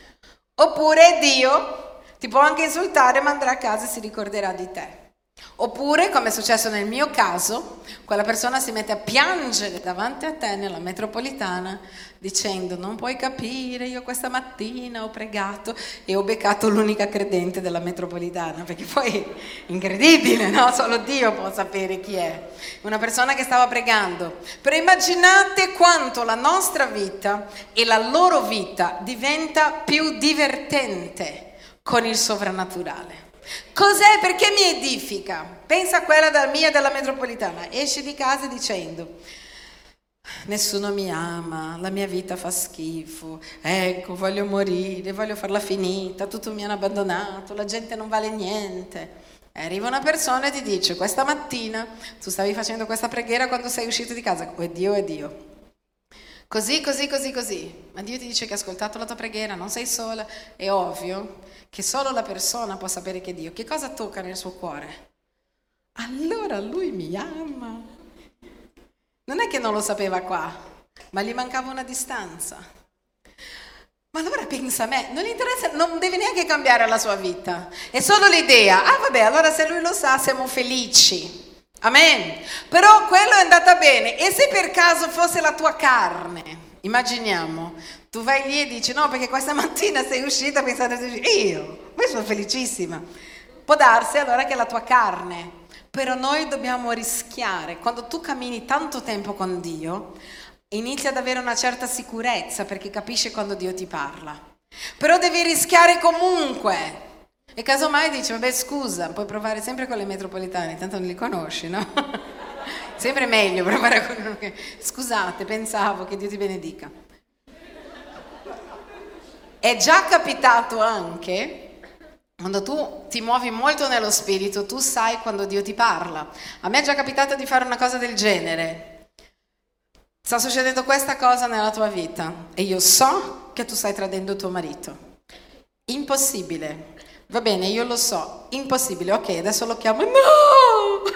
Speaker 2: Oppure Dio ti può anche insultare ma andrà a casa e si ricorderà di te. Oppure, come è successo nel mio caso, quella persona si mette a piangere davanti a te nella metropolitana dicendo non puoi capire, io questa mattina ho pregato e ho beccato l'unica credente della metropolitana, perché poi incredibile, no? Solo Dio può sapere chi è. Una persona che stava pregando. Però immaginate quanto la nostra vita e la loro vita diventa più divertente con il sovrannaturale. Cos'è? Perché mi edifica? Pensa a quella da mia della metropolitana, esce di casa dicendo nessuno mi ama, la mia vita fa schifo, ecco, voglio morire, voglio farla finita, tutti mi hanno abbandonato, la gente non vale niente. E arriva una persona e ti dice: questa mattina tu stavi facendo questa preghiera quando sei uscito di casa, oh Dio, è Dio. Così, così, così, così. Ma Dio ti dice che ha ascoltato la tua preghiera, non sei sola. È ovvio che solo la persona può sapere che è Dio. Che cosa tocca nel suo cuore? Allora lui mi ama. Non è che non lo sapeva qua, ma gli mancava una distanza. Ma allora pensa a me, non interessa, non deve neanche cambiare la sua vita. È solo l'idea. Ah vabbè, allora se lui lo sa siamo felici. Amen. Però quello è andata bene. E se per caso fosse la tua carne, immaginiamo, tu vai lì e dici: no, perché questa mattina sei uscita pensando io, poi sono felicissima. Può darsi allora che è la tua carne. Però noi dobbiamo rischiare. Quando tu cammini tanto tempo con Dio, inizi ad avere una certa sicurezza, perché capisci quando Dio ti parla. Però devi rischiare comunque. E casomai dici: vabbè, scusa, puoi provare sempre con le metropolitane, tanto non li conosci, no? Sempre meglio provare con uno che... Scusate, pensavo, che Dio ti benedica. È già capitato anche, quando tu ti muovi molto nello spirito, tu sai quando Dio ti parla. A me è già capitato di fare una cosa del genere. Sta succedendo questa cosa nella tua vita e io so che tu stai tradendo tuo marito. Impossibile. Va bene, io lo so, impossibile, ok, adesso lo chiamo, no!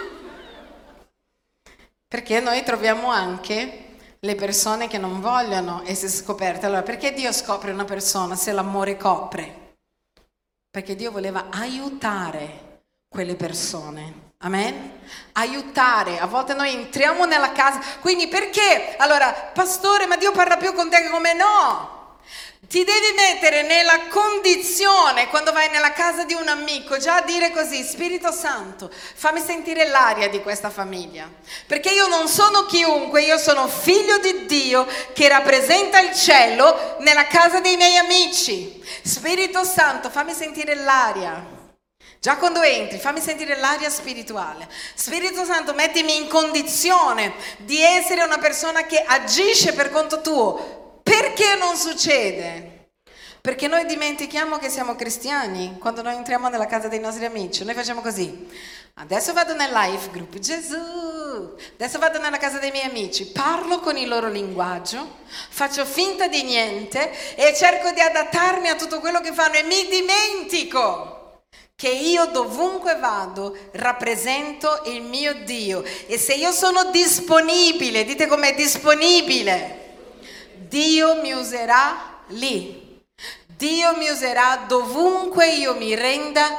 Speaker 2: Perché noi troviamo anche le persone che non vogliono essere scoperte. Allora, perché Dio scopre una persona se l'amore copre? Perché Dio voleva aiutare quelle persone, amen? Aiutare, a volte noi entriamo nella casa, quindi perché? Allora, pastore, ma Dio parla più con te che con me? No! Ti devi mettere nella condizione, quando vai nella casa di un amico, già a dire così: Spirito Santo, fammi sentire l'aria di questa famiglia, perché io non sono chiunque, io sono figlio di Dio che rappresenta il cielo nella casa dei miei amici. Spirito Santo, fammi sentire l'aria. Già quando entri, fammi sentire l'aria spirituale. Spirito Santo, mettimi in condizione di essere una persona che agisce per conto tuo. Perché non succede? Perché noi dimentichiamo che siamo cristiani quando noi entriamo nella casa dei nostri amici. Noi facciamo così: adesso vado nel life group, Gesù, adesso vado nella casa dei miei amici, parlo con il loro linguaggio, faccio finta di niente e cerco di adattarmi a tutto quello che fanno e mi dimentico che io dovunque vado rappresento il mio Dio. E se io sono disponibile, dite com'è disponibile, Dio mi userà lì. Dio mi userà dovunque io mi renda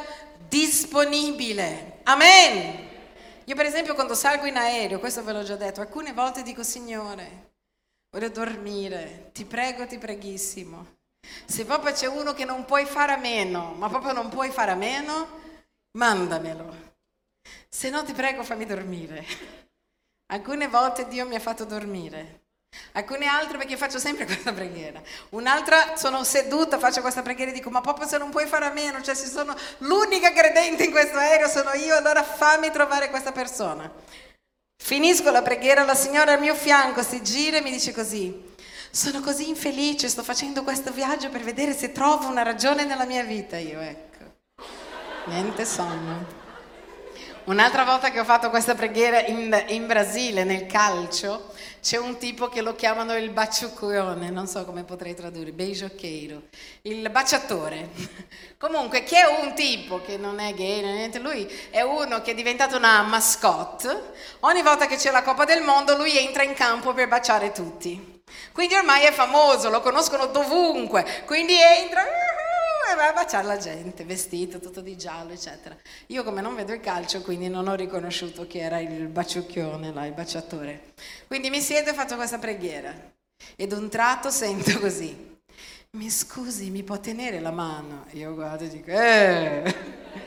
Speaker 2: disponibile. Amen. Io per esempio quando salgo in aereo, questo ve l'ho già detto, alcune volte dico: Signore, voglio dormire, ti prego, ti preghissimo. Se proprio c'è uno che non puoi fare a meno, ma proprio non puoi fare a meno, mandamelo. Se no ti prego, fammi dormire. Alcune volte Dio mi ha fatto dormire. Alcune altre perché faccio sempre questa preghiera. Un'altra sono seduta, faccio questa preghiera e dico: ma proprio se non puoi fare a meno, cioè se sono l'unica credente in questo aereo sono io, allora fammi trovare questa persona. Finisco la preghiera, la signora al mio fianco si gira e mi dice così: sono così infelice, sto facendo questo viaggio per vedere se trovo una ragione nella mia vita. Io ecco, niente sonno. Un'altra volta che ho fatto questa preghiera in, in Brasile, nel calcio, c'è un tipo che lo chiamano il baciucone, non so come potrei tradurre, beijoqueiro, il baciatore. Comunque, che è un tipo che non è gay, non è niente, lui è uno che è diventato una mascotte. Ogni volta che c'è la Coppa del Mondo, lui entra in campo per baciare tutti. Quindi ormai è famoso, lo conoscono dovunque, quindi entra e va a baciare la gente, vestito tutto di giallo, eccetera. Io come non vedo il calcio, quindi non ho riconosciuto che era il baciucchione, là, il baciatore. Quindi mi siedo e faccio questa preghiera. Ed un tratto sento così: mi scusi, mi può tenere la mano? Io guardo e dico: eh...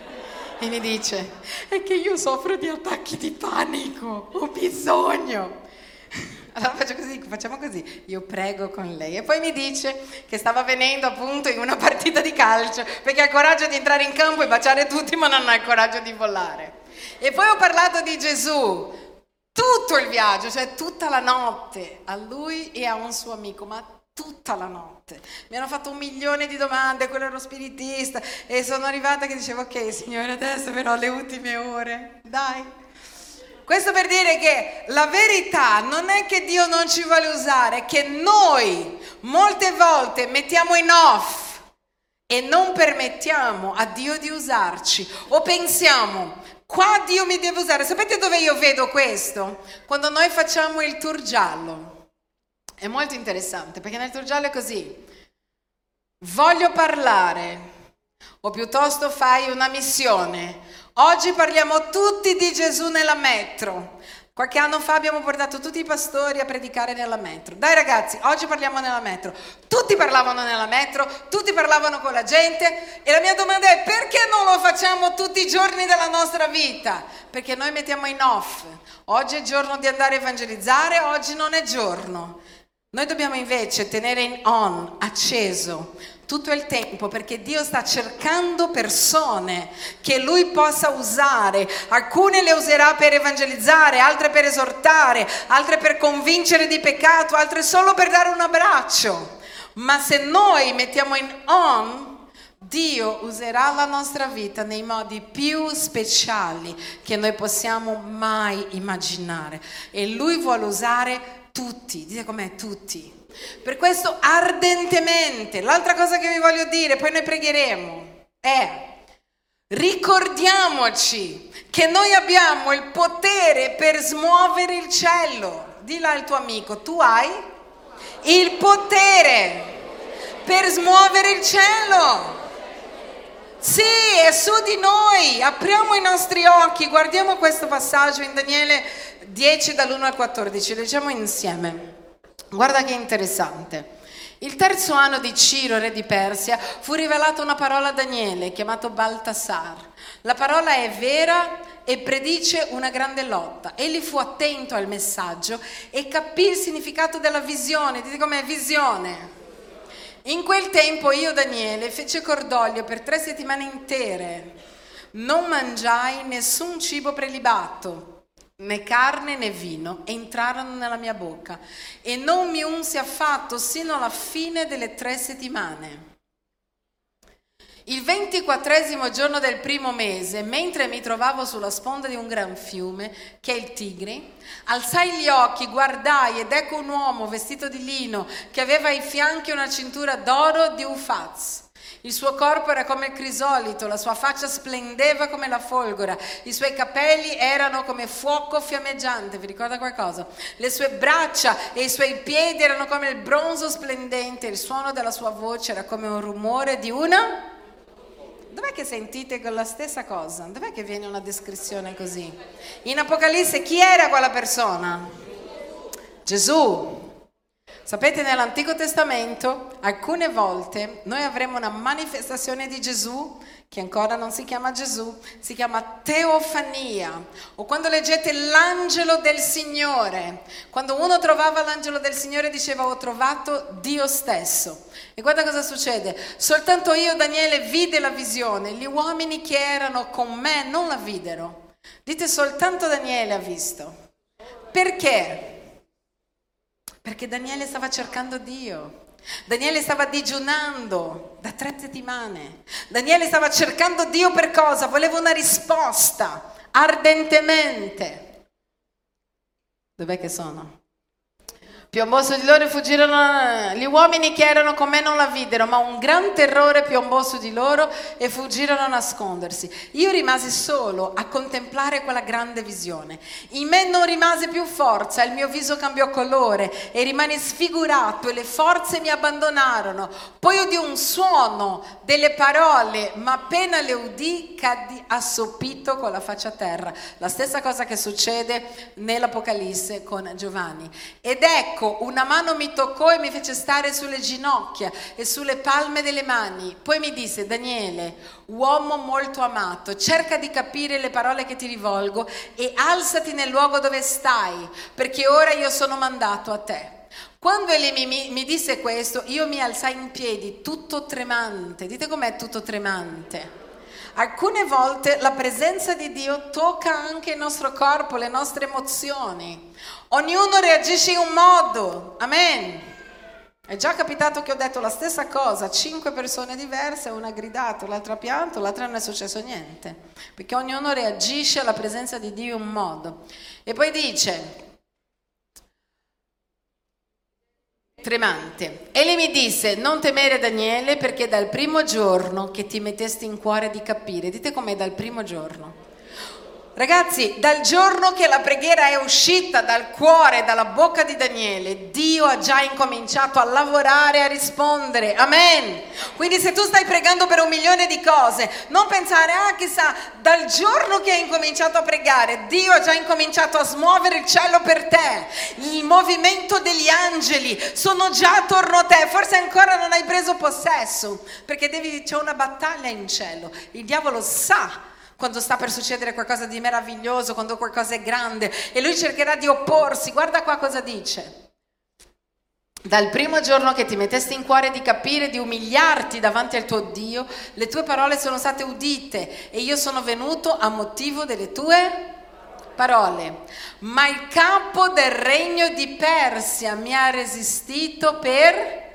Speaker 2: E mi dice: è che io soffro di attacchi di panico, ho bisogno. Allora faccio così, facciamo così, io prego con lei e poi mi dice che stava venendo appunto in una partita di calcio perché ha il coraggio di entrare in campo e baciare tutti ma non ha il coraggio di volare. E poi ho parlato di Gesù. tutto il viaggio, cioè tutta la notte, a lui e a un suo amico, ma tutta la notte. Mi hanno fatto un milione di domande, quello ero spiritista, e sono arrivata che dicevo, ok Signore, adesso però le ultime ore, dai. Questo per dire che la verità non è che Dio non ci vuole usare, è che noi molte volte mettiamo in off e non permettiamo a Dio di usarci, o pensiamo, qua Dio mi deve usare. Sapete dove io vedo questo? Quando noi facciamo il tour giallo. È molto interessante, perché nel tour giallo è così. Voglio parlare, o piuttosto fai una missione. Oggi parliamo tutti di Gesù nella metro. Qualche anno fa abbiamo portato tutti i pastori a predicare nella metro. Dai ragazzi, oggi parliamo nella metro. Tutti parlavano nella metro, tutti parlavano con la gente, e la mia domanda è: perché non lo facciamo tutti i giorni della nostra vita? Perché noi mettiamo in off. Oggi è giorno di andare a evangelizzare, oggi non è giorno. Noi dobbiamo invece tenere in on, acceso, tutto il tempo, perché Dio sta cercando persone che Lui possa usare. Alcune le userà per evangelizzare, altre per esortare, altre per convincere di peccato, altre solo per dare un abbraccio. Ma se noi mettiamo in on, Dio userà la nostra vita nei modi più speciali che noi possiamo mai immaginare. E Lui vuole usare tutti, dite com'è, tutti. Per questo ardentemente, l'altra cosa che vi voglio dire, poi noi pregheremo, è: ricordiamoci che noi abbiamo il potere per smuovere il cielo. Dilla al tuo amico, tu hai il potere per smuovere il cielo. Sì, è su di noi. Apriamo i nostri occhi, guardiamo questo passaggio in Daniele dieci dall'uno al quattordici, leggiamo insieme. Guarda che interessante. Il terzo anno di Ciro, re di Persia, fu rivelata una parola a Daniele, chiamato Baltasar. La parola è vera e predice una grande lotta. Egli fu attento al messaggio e capì il significato della visione. Dite com'è, visione. In quel tempo io, Daniele, fece cordoglio per tre settimane intere. Non mangiai nessun cibo prelibato, né carne né vino entrarono nella mia bocca, e non mi unsi affatto sino alla fine delle tre settimane. Il ventiquattresimo giorno del primo mese, mentre mi trovavo sulla sponda di un gran fiume, che è il Tigri, alzai gli occhi, guardai, ed ecco un uomo vestito di lino, che aveva ai fianchi una cintura d'oro di Ufaz. Il suo corpo era come il crisolito, la sua faccia splendeva come la folgora, i suoi capelli erano come fuoco fiammeggiante, vi ricorda qualcosa? Le sue braccia e i suoi piedi erano come il bronzo splendente, il suono della sua voce era come un rumore di una... Dov'è che sentite la stessa cosa? Dov'è che viene una descrizione così? In Apocalisse chi era quella persona? Gesù. Sapete, nell'Antico Testamento alcune volte noi avremo una manifestazione di Gesù che ancora non si chiama Gesù, si chiama teofania, o quando leggete l'angelo del Signore, quando uno trovava l'angelo del Signore diceva: ho trovato Dio stesso. E guarda cosa succede: soltanto io, Daniele, vide la visione, gli uomini che erano con me non la videro. Dite, soltanto Daniele ha visto. Perché? Perché Daniele stava cercando Dio. Daniele stava digiunando da tre settimane. Daniele stava cercando Dio per cosa? Voleva una risposta ardentemente. Dov'è che sono? Piombò su di loro e fuggirono. Gli uomini che erano con me non la videro, ma un gran terrore piombò su di loro e fuggirono a nascondersi. Io rimasi solo a contemplare quella grande visione. In me non rimase più forza, il mio viso cambiò colore e rimani sfigurato e le forze mi abbandonarono. Poi udì un suono, delle parole, ma appena le udì caddi assopito con la faccia a terra. La stessa cosa che succede nell'Apocalisse con Giovanni. Ed ecco, una mano mi toccò e mi fece stare sulle ginocchia e sulle palme delle mani. Poi mi disse: Daniele, uomo molto amato, cerca di capire le parole che ti rivolgo e alzati nel luogo dove stai, perché ora io sono mandato a te. Quando egli mi, mi, mi disse questo, io mi alzai in piedi tutto tremante. Dite com'è tutto tremante? Alcune volte la presenza di Dio tocca anche il nostro corpo, le nostre emozioni. Ognuno reagisce in un modo. Amen. È già capitato che ho detto la stessa cosa a cinque persone diverse, una ha gridato, l'altra ha pianto, l'altra non è successo niente, perché ognuno reagisce alla presenza di Dio in un modo. E poi dice, tremante, egli mi disse: non temere, Daniele, perché dal primo giorno che ti mettesti in cuore di capire, dite com'è dal primo giorno. Ragazzi, dal giorno che la preghiera è uscita dal cuore, dalla bocca di Daniele, Dio ha già incominciato a lavorare, a rispondere. Amen. Quindi se tu stai pregando per un milione di cose, non pensare, ah chissà, dal giorno che hai incominciato a pregare, Dio ha già incominciato a smuovere il cielo per te. Il movimento degli angeli sono già attorno a te. Forse ancora non hai preso possesso, perché devi, c'è una battaglia in cielo. Il diavolo sa quando sta per succedere qualcosa di meraviglioso, quando qualcosa è grande, e lui cercherà di opporsi. Guarda qua cosa dice. Dal primo giorno che ti mettesti in cuore di capire, di umiliarti davanti al tuo Dio, le tue parole sono state udite e io sono venuto a motivo delle tue parole. Ma il capo del regno di Persia mi ha resistito per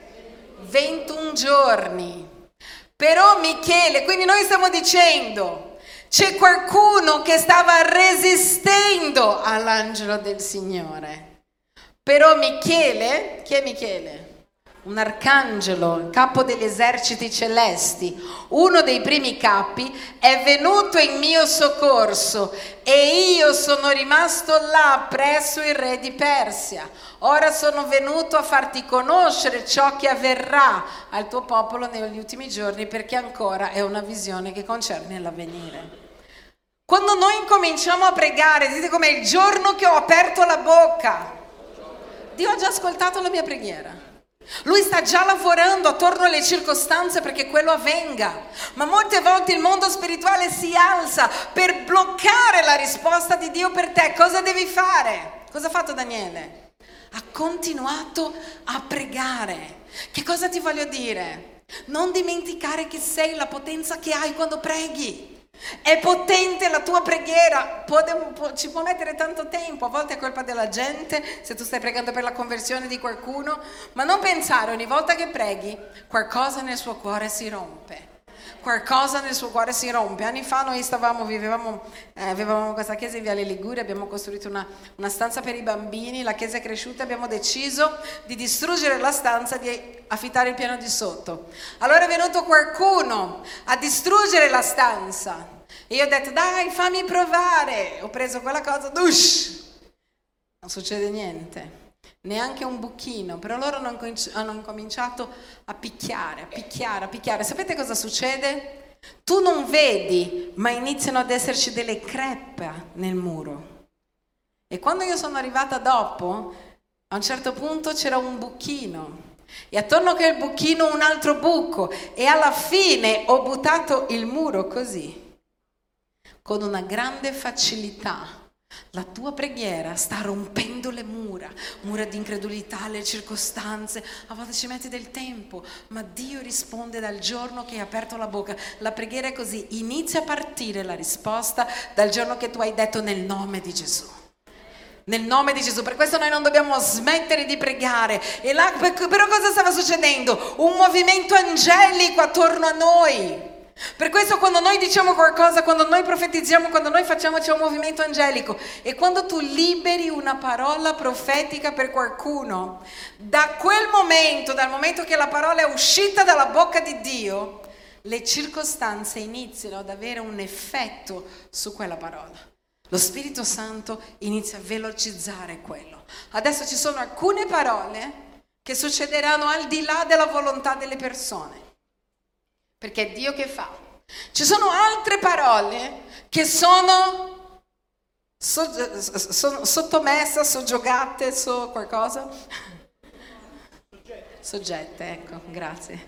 Speaker 2: ventuno giorni. Però Michele, quindi noi stiamo dicendo, c'è qualcuno che stava resistendo all'angelo del Signore. Però Michele, chi è Michele? Un arcangelo, capo degli eserciti celesti, uno dei primi capi, è venuto in mio soccorso e io sono rimasto là presso il re di Persia. Ora sono venuto a farti conoscere ciò che avverrà al tuo popolo negli ultimi giorni, perché ancora è una visione che concerne l'avvenire. Quando noi incominciamo a pregare, dite com'è il giorno che ho aperto la bocca, Dio ha già ascoltato la mia preghiera. Lui sta già lavorando attorno alle circostanze perché quello avvenga. Ma molte volte il mondo spirituale si alza per bloccare la risposta di Dio per te. Cosa devi fare? Cosa ha fatto Daniele? Ha continuato a pregare. Che cosa ti voglio dire? Non dimenticare che sei, la potenza che hai quando preghi. È potente la tua preghiera, può, può, ci può mettere tanto tempo, a volte è colpa della gente, se tu stai pregando per la conversione di qualcuno, ma non pensare ogni volta che preghi qualcosa nel suo cuore si rompe. Qualcosa nel suo cuore si rompe. Anni fa noi stavamo, vivevamo, eh, avevamo questa chiesa in Viale Liguria, abbiamo costruito una, una stanza per i bambini, la chiesa è cresciuta, abbiamo deciso di distruggere la stanza, di affittare il piano di sotto. Allora è venuto qualcuno a distruggere la stanza e io ho detto, dai, fammi provare. Ho preso quella cosa, dush, non succede niente. Neanche un buchino, però loro hanno incominciato a picchiare, a picchiare, a picchiare. Sapete cosa succede? Tu non vedi, ma iniziano ad esserci delle crepe nel muro. E quando io sono arrivata dopo, a un certo punto c'era un buchino. E attorno a quel buchino un altro buco. E alla fine ho buttato il muro così, con una grande facilità. La tua preghiera sta rompendo le mura, mura di incredulità, le circostanze, a volte ci metti del tempo, ma Dio risponde dal giorno che hai aperto la bocca. La preghiera è così, inizia a partire la risposta dal giorno che tu hai detto nel nome di Gesù. Nel nome di Gesù, per questo noi non dobbiamo smettere di pregare. E là, però cosa stava succedendo? Un movimento angelico attorno a noi. Per questo quando noi diciamo qualcosa, quando noi profetizziamo, quando noi facciamo, c'è un movimento angelico. E quando tu liberi una parola profetica per qualcuno, da quel momento, dal momento che la parola è uscita dalla bocca di Dio, le circostanze iniziano ad avere un effetto su quella parola. Lo Spirito Santo inizia a velocizzare quello. Adesso ci sono alcune parole che succederanno al di là della volontà delle persone. Perché è Dio che fa. Ci sono altre parole che sono, so, so, sottomesse, soggiogate, so qualcosa? Soggette. Soggette, ecco, grazie.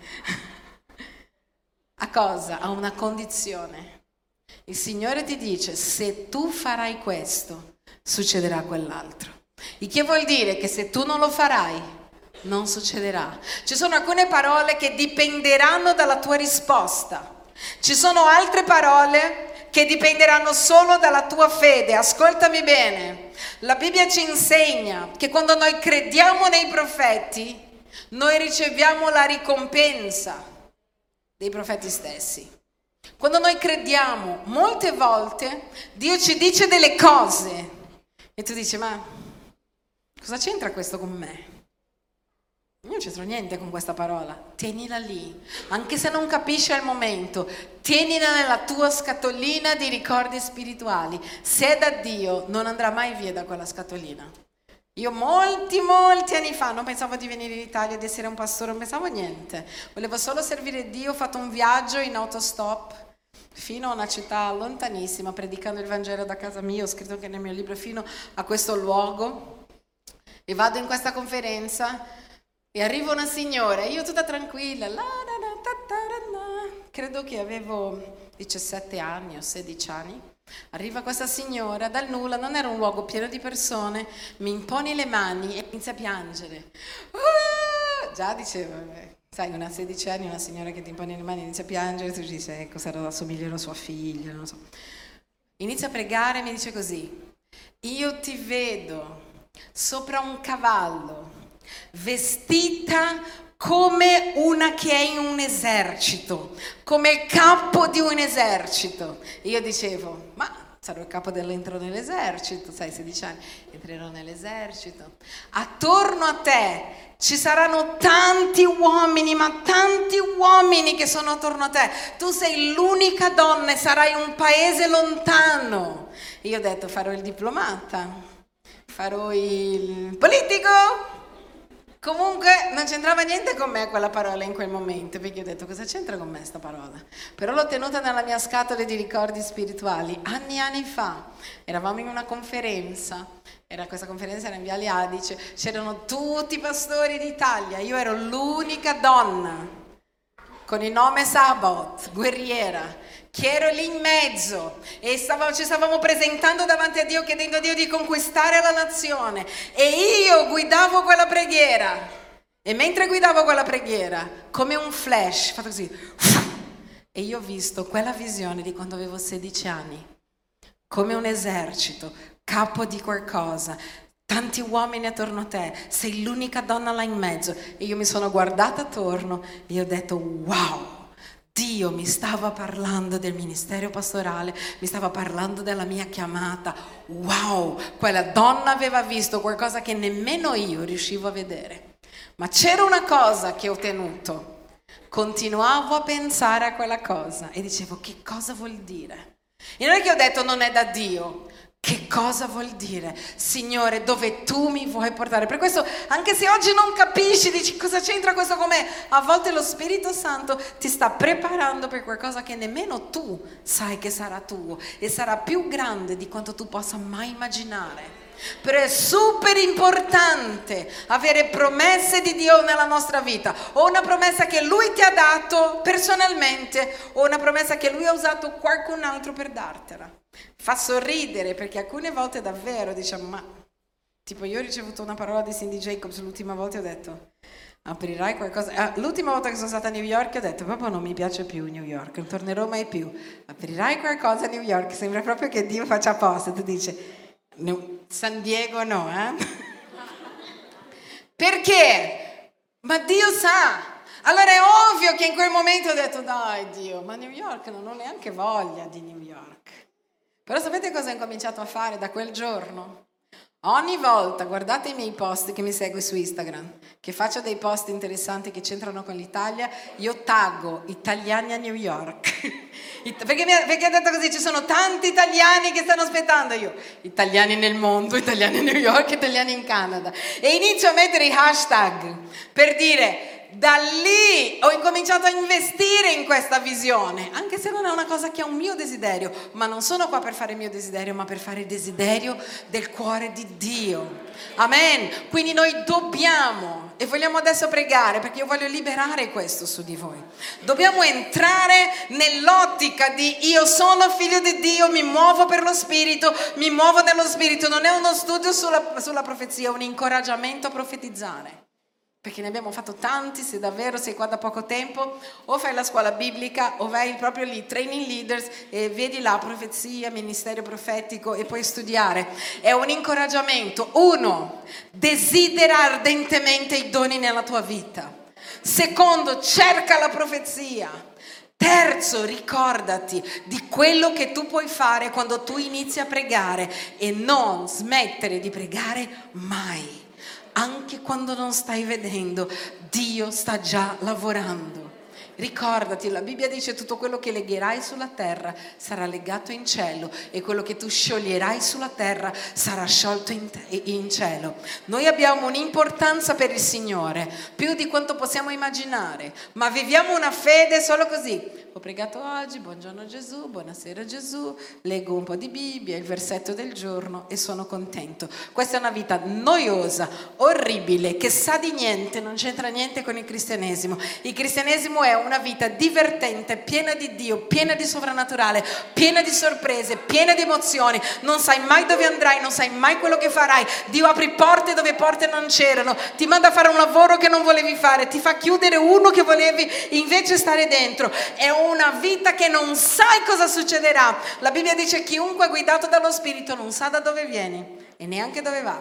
Speaker 2: A cosa? A una condizione. Il Signore ti dice, se tu farai questo, succederà quell'altro. Il che vuol dire che se tu non lo farai, non succederà. Ci sono alcune parole che dipenderanno dalla tua risposta. Ci sono altre parole che dipenderanno solo dalla tua fede. Ascoltami bene. La Bibbia ci insegna che quando noi crediamo nei profeti, noi riceviamo la ricompensa dei profeti stessi. Quando noi crediamo, molte volte Dio ci dice delle cose e tu dici, ma cosa c'entra questo con me? Io non c'entro niente con questa parola. Tienila lì, anche se non capisci al momento, tienila nella tua scatolina di ricordi spirituali. Se è da Dio, non andrà mai via da quella scatolina. Io molti, molti anni fa non pensavo di venire in Italia, di essere un pastore, non pensavo a niente. Volevo solo servire Dio, ho fatto un viaggio in autostop fino a una città lontanissima, predicando il Vangelo da casa mia, ho scritto anche nel mio libro, fino a questo luogo. E vado in questa conferenza e arriva una signora, io tutta tranquilla, la, la, la, ta, ta, la, la. Credo che avevo diciassette anni o sedici anni. Arriva questa signora dal nulla, non era un luogo pieno di persone, mi impone le mani e inizia a piangere. Ah! Già dicevo, sai, una sedici anni, una signora che ti impone le mani inizia a piangere, tu dici, ecco, sarà assomigliare a sua figlia, non so. Inizia a pregare e mi dice così, io ti vedo sopra un cavallo, vestita come una che è in un esercito, come il capo di un esercito. E io dicevo, ma sarò il capo dell'entro nell'esercito, sai, sedici anni, entrerò nell'esercito. Attorno a te ci saranno tanti uomini, ma tanti uomini che sono attorno a te. Tu sei l'unica donna e sarai in un paese lontano. E io ho detto, farò il diplomata, farò il politico. Comunque non c'entrava niente con me quella parola in quel momento, perché ho detto, cosa c'entra con me sta parola? Però l'ho tenuta nella mia scatola di ricordi spirituali. Anni e anni fa eravamo in una conferenza, era questa conferenza era in Viale Adige, c'erano tutti i pastori d'Italia, io ero l'unica donna con il nome Sabaoth, guerriera, che ero lì in mezzo e stavamo, ci stavamo presentando davanti a Dio, chiedendo a Dio di conquistare la nazione, e io guidavo quella preghiera, e mentre guidavo quella preghiera, come un flash, fatto così, e io ho visto quella visione di quando avevo sedici anni, come un esercito, capo di qualcosa, tanti uomini attorno a te, sei l'unica donna là in mezzo, e io mi sono guardata attorno e ho detto, wow, Dio mi stava parlando del ministero pastorale, mi stava parlando della mia chiamata. Wow, quella donna aveva visto qualcosa che nemmeno io riuscivo a vedere. Ma c'era una cosa che ho tenuto. Continuavo a pensare a quella cosa e dicevo, che cosa vuol dire? E non è che ho detto non è da Dio. Che cosa vuol dire? Signore, dove tu mi vuoi portare? Per questo, anche se oggi non capisci, dici cosa c'entra questo con me? A volte lo Spirito Santo ti sta preparando per qualcosa che nemmeno tu sai che sarà tuo e sarà più grande di quanto tu possa mai immaginare. Però è super importante avere promesse di Dio nella nostra vita, o una promessa che Lui ti ha dato personalmente, o una promessa che Lui ha usato qualcun altro per dartela. Fa sorridere perché alcune volte davvero diciamo, ma tipo io ho ricevuto una parola di Cindy Jacobs l'ultima volta e ho detto, aprirai qualcosa. Ah, l'ultima volta che sono stata a New York ho detto, proprio non mi piace più New York, non tornerò mai più. Aprirai qualcosa a New York, sembra proprio che Dio faccia apposta. Tu dici, no, San Diego no, eh? Perché? Ma Dio sa. Allora è ovvio che in quel momento ho detto, dai Dio, ma New York non ho neanche voglia di New York. Però sapete cosa ho incominciato a fare da quel giorno? Ogni volta, guardate i miei post che mi segue su Instagram, che faccio dei post interessanti che c'entrano con l'Italia, io taggo italiani a New York. perché, mi, perché ha detto così, ci sono tanti italiani che stanno aspettando. Io, italiani nel mondo, italiani a New York, italiani in Canada. E inizio a mettere i hashtag per dire... Da lì ho incominciato a investire in questa visione, anche se non è una cosa che è un mio desiderio, ma non sono qua per fare il mio desiderio, ma per fare il desiderio del cuore di Dio. Amen. Quindi noi dobbiamo, e vogliamo adesso pregare, perché io voglio liberare questo su di voi. Dobbiamo entrare nell'ottica di io sono figlio di Dio, mi muovo per lo Spirito, mi muovo nello Spirito. Non è uno studio sulla, sulla profezia, è un incoraggiamento a profetizzare. perché ne abbiamo fatto tanti, se davvero sei qua da poco tempo, o fai la scuola biblica o vai proprio lì, training leaders, e vedi la profezia, ministero profetico e puoi studiare. È un incoraggiamento. Uno, desidera ardentemente i doni nella tua vita. Secondo, cerca la profezia. Terzo, ricordati di quello che tu puoi fare quando tu inizi a pregare e non smettere di pregare mai. Anche quando non stai vedendo, Dio sta già lavorando. Ricordati, la Bibbia dice: tutto quello che legherai sulla terra sarà legato in cielo, e quello che tu scioglierai sulla terra sarà sciolto in, te- in cielo. Noi abbiamo un'importanza per il Signore, più di quanto possiamo immaginare, ma viviamo una fede solo così. Ho pregato oggi, buongiorno Gesù, buonasera Gesù, leggo un po' di Bibbia, il versetto del giorno e sono contento. Questa è una vita noiosa, orribile, che sa di niente, non c'entra niente con il cristianesimo. Il cristianesimo è una vita divertente, piena di Dio, piena di sovrannaturale, piena di sorprese, piena di emozioni. Non sai mai dove andrai, non sai mai quello che farai. Dio apre porte dove porte non c'erano, ti manda a fare un lavoro che non volevi fare, ti fa chiudere uno che volevi invece stare dentro. È un una vita che non sai cosa succederà. La Bibbia dice: chiunque è guidato dallo Spirito non sa da dove viene e neanche dove va.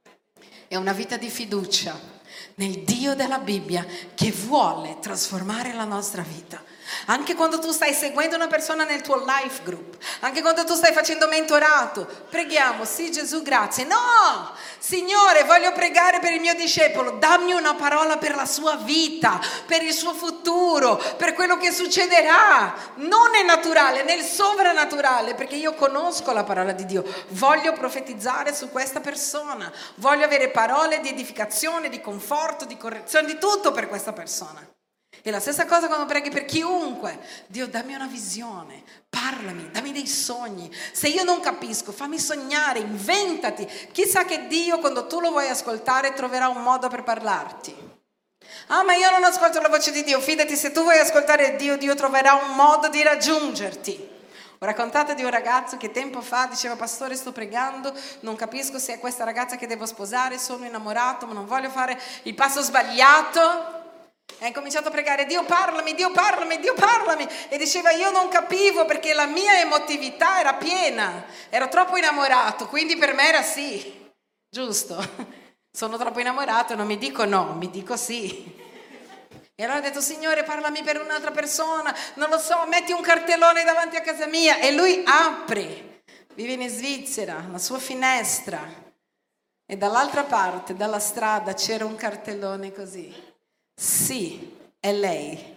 Speaker 2: È una vita di fiducia nel Dio della Bibbia che vuole trasformare la nostra vita. Anche quando tu stai seguendo una persona nel tuo life group, anche quando tu stai facendo mentorato, preghiamo: sì Gesù, grazie. No, Signore, voglio pregare per il mio discepolo, dammi una parola per la sua vita, per il suo futuro, per quello che succederà, non nel naturale, nel sovrannaturale, perché io conosco la parola di Dio. Voglio profetizzare su questa persona, voglio avere parole di edificazione, di conforto, di correzione, di tutto per questa persona. E la stessa cosa quando preghi per chiunque: Dio, dammi una visione, parlami, dammi dei sogni. Se io non capisco, fammi sognare, inventati. Chissà che Dio, quando tu lo vuoi ascoltare, troverà un modo per parlarti. Ah, ma io non ascolto la voce di Dio. Fidati, se tu vuoi ascoltare Dio, Dio troverà un modo di raggiungerti. Ho raccontato di un ragazzo che tempo fa diceva: pastore, sto pregando, non capisco se è questa ragazza che devo sposare, sono innamorato ma non voglio fare il passo sbagliato. E ha incominciato a pregare: Dio parlami, Dio parlami, Dio parlami. E diceva: io non capivo, perché la mia emotività era piena, ero troppo innamorato, quindi per me era sì, giusto? Sono troppo innamorato, non mi dico no, mi dico sì. E allora ha detto: Signore, parlami per un'altra persona, non lo so, metti un cartellone davanti a casa mia. E lui apre, vive in Svizzera, la sua finestra, e dall'altra parte, dalla strada, c'era un cartellone così: sì, è lei.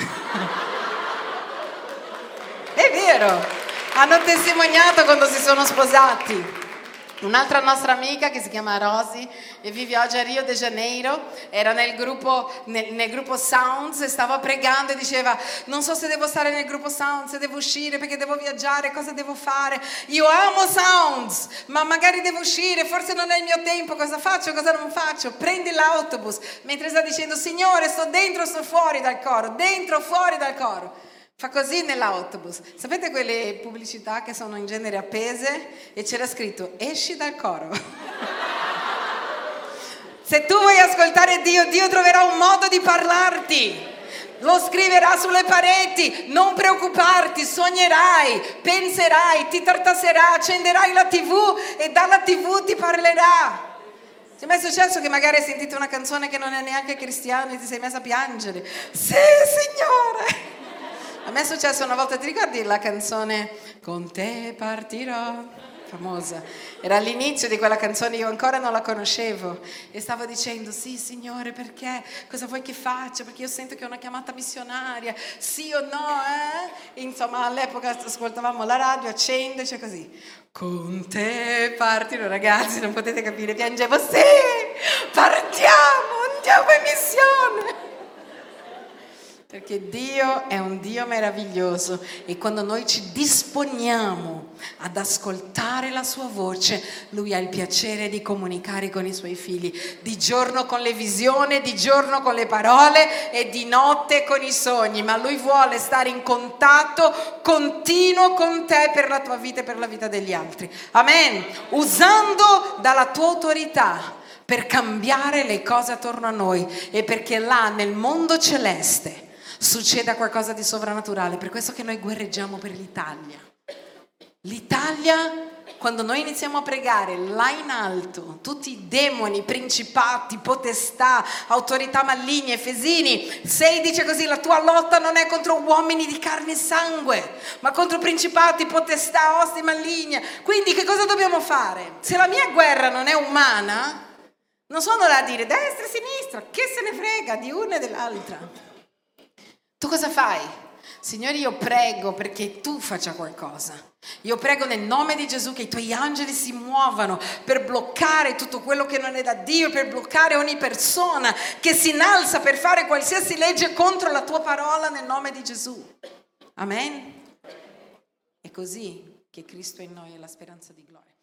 Speaker 2: È vero, hanno testimoniato quando si sono sposati. Un'altra nostra amica che si chiama Rosy e vive oggi a Rio de Janeiro, era nel gruppo, nel, nel gruppo Sounds, e stava pregando e diceva: non so se devo stare nel gruppo Sounds, se devo uscire perché devo viaggiare, cosa devo fare? Io amo Sounds, ma magari devo uscire, forse non è il mio tempo, cosa faccio, cosa non faccio? Prendi l'autobus, mentre sta dicendo: Signore, sto dentro, sto fuori dal coro, dentro, fuori dal coro. Fa così nell'autobus. Sapete quelle pubblicità che sono in genere appese e c'era scritto: esci dal coro. Se tu vuoi ascoltare Dio, Dio troverà un modo di parlarti. Lo scriverà sulle pareti, non preoccuparti, sognerai, penserai, ti tartasserà, accenderai la tivù e dalla tivù ti parlerà. Ti è mai successo che magari hai sentito una canzone che non è neanche cristiana e ti sei messa a piangere? Sì, Signore! A me è successo una volta, ti ricordi la canzone Con te partirò? Famosa. Era all'inizio di quella canzone, io ancora non la conoscevo e stavo dicendo: sì Signore, perché? Cosa vuoi che faccia? Perché io sento che ho una chiamata missionaria, sì o no? Eh? Insomma, all'epoca ascoltavamo la radio, accende, c'è così: con te partirò. Ragazzi, non potete capire, piangevo: sì, partiamo, andiamo in missione. Perché Dio è un Dio meraviglioso e quando noi ci disponiamo ad ascoltare la sua voce, Lui ha il piacere di comunicare con i suoi figli, di giorno con le visioni, di giorno con le parole e di notte con i sogni, ma Lui vuole stare in contatto continuo con te per la tua vita e per la vita degli altri. Amen. Usando dalla tua autorità per cambiare le cose attorno a noi e perché là nel mondo celeste succeda qualcosa di sovrannaturale. Per questo che noi guerreggiamo per l'Italia. L'Italia, quando noi iniziamo a pregare là in alto, tutti i demoni, principati, potestà, autorità maligne, Efesini sei dice così: la tua lotta non è contro uomini di carne e sangue, ma contro principati, potestà, osti maligne. Quindi che cosa dobbiamo fare? Se la mia guerra non è umana, non sono là a dire destra e sinistra, che se ne frega di una e dell'altra. Tu cosa fai? Signore, io prego perché tu faccia qualcosa. Io prego nel nome di Gesù che i tuoi angeli si muovano per bloccare tutto quello che non è da Dio, per bloccare ogni persona che si innalza per fare qualsiasi legge contro la tua parola nel nome di Gesù. Amen? È così che Cristo in noi è la speranza di gloria.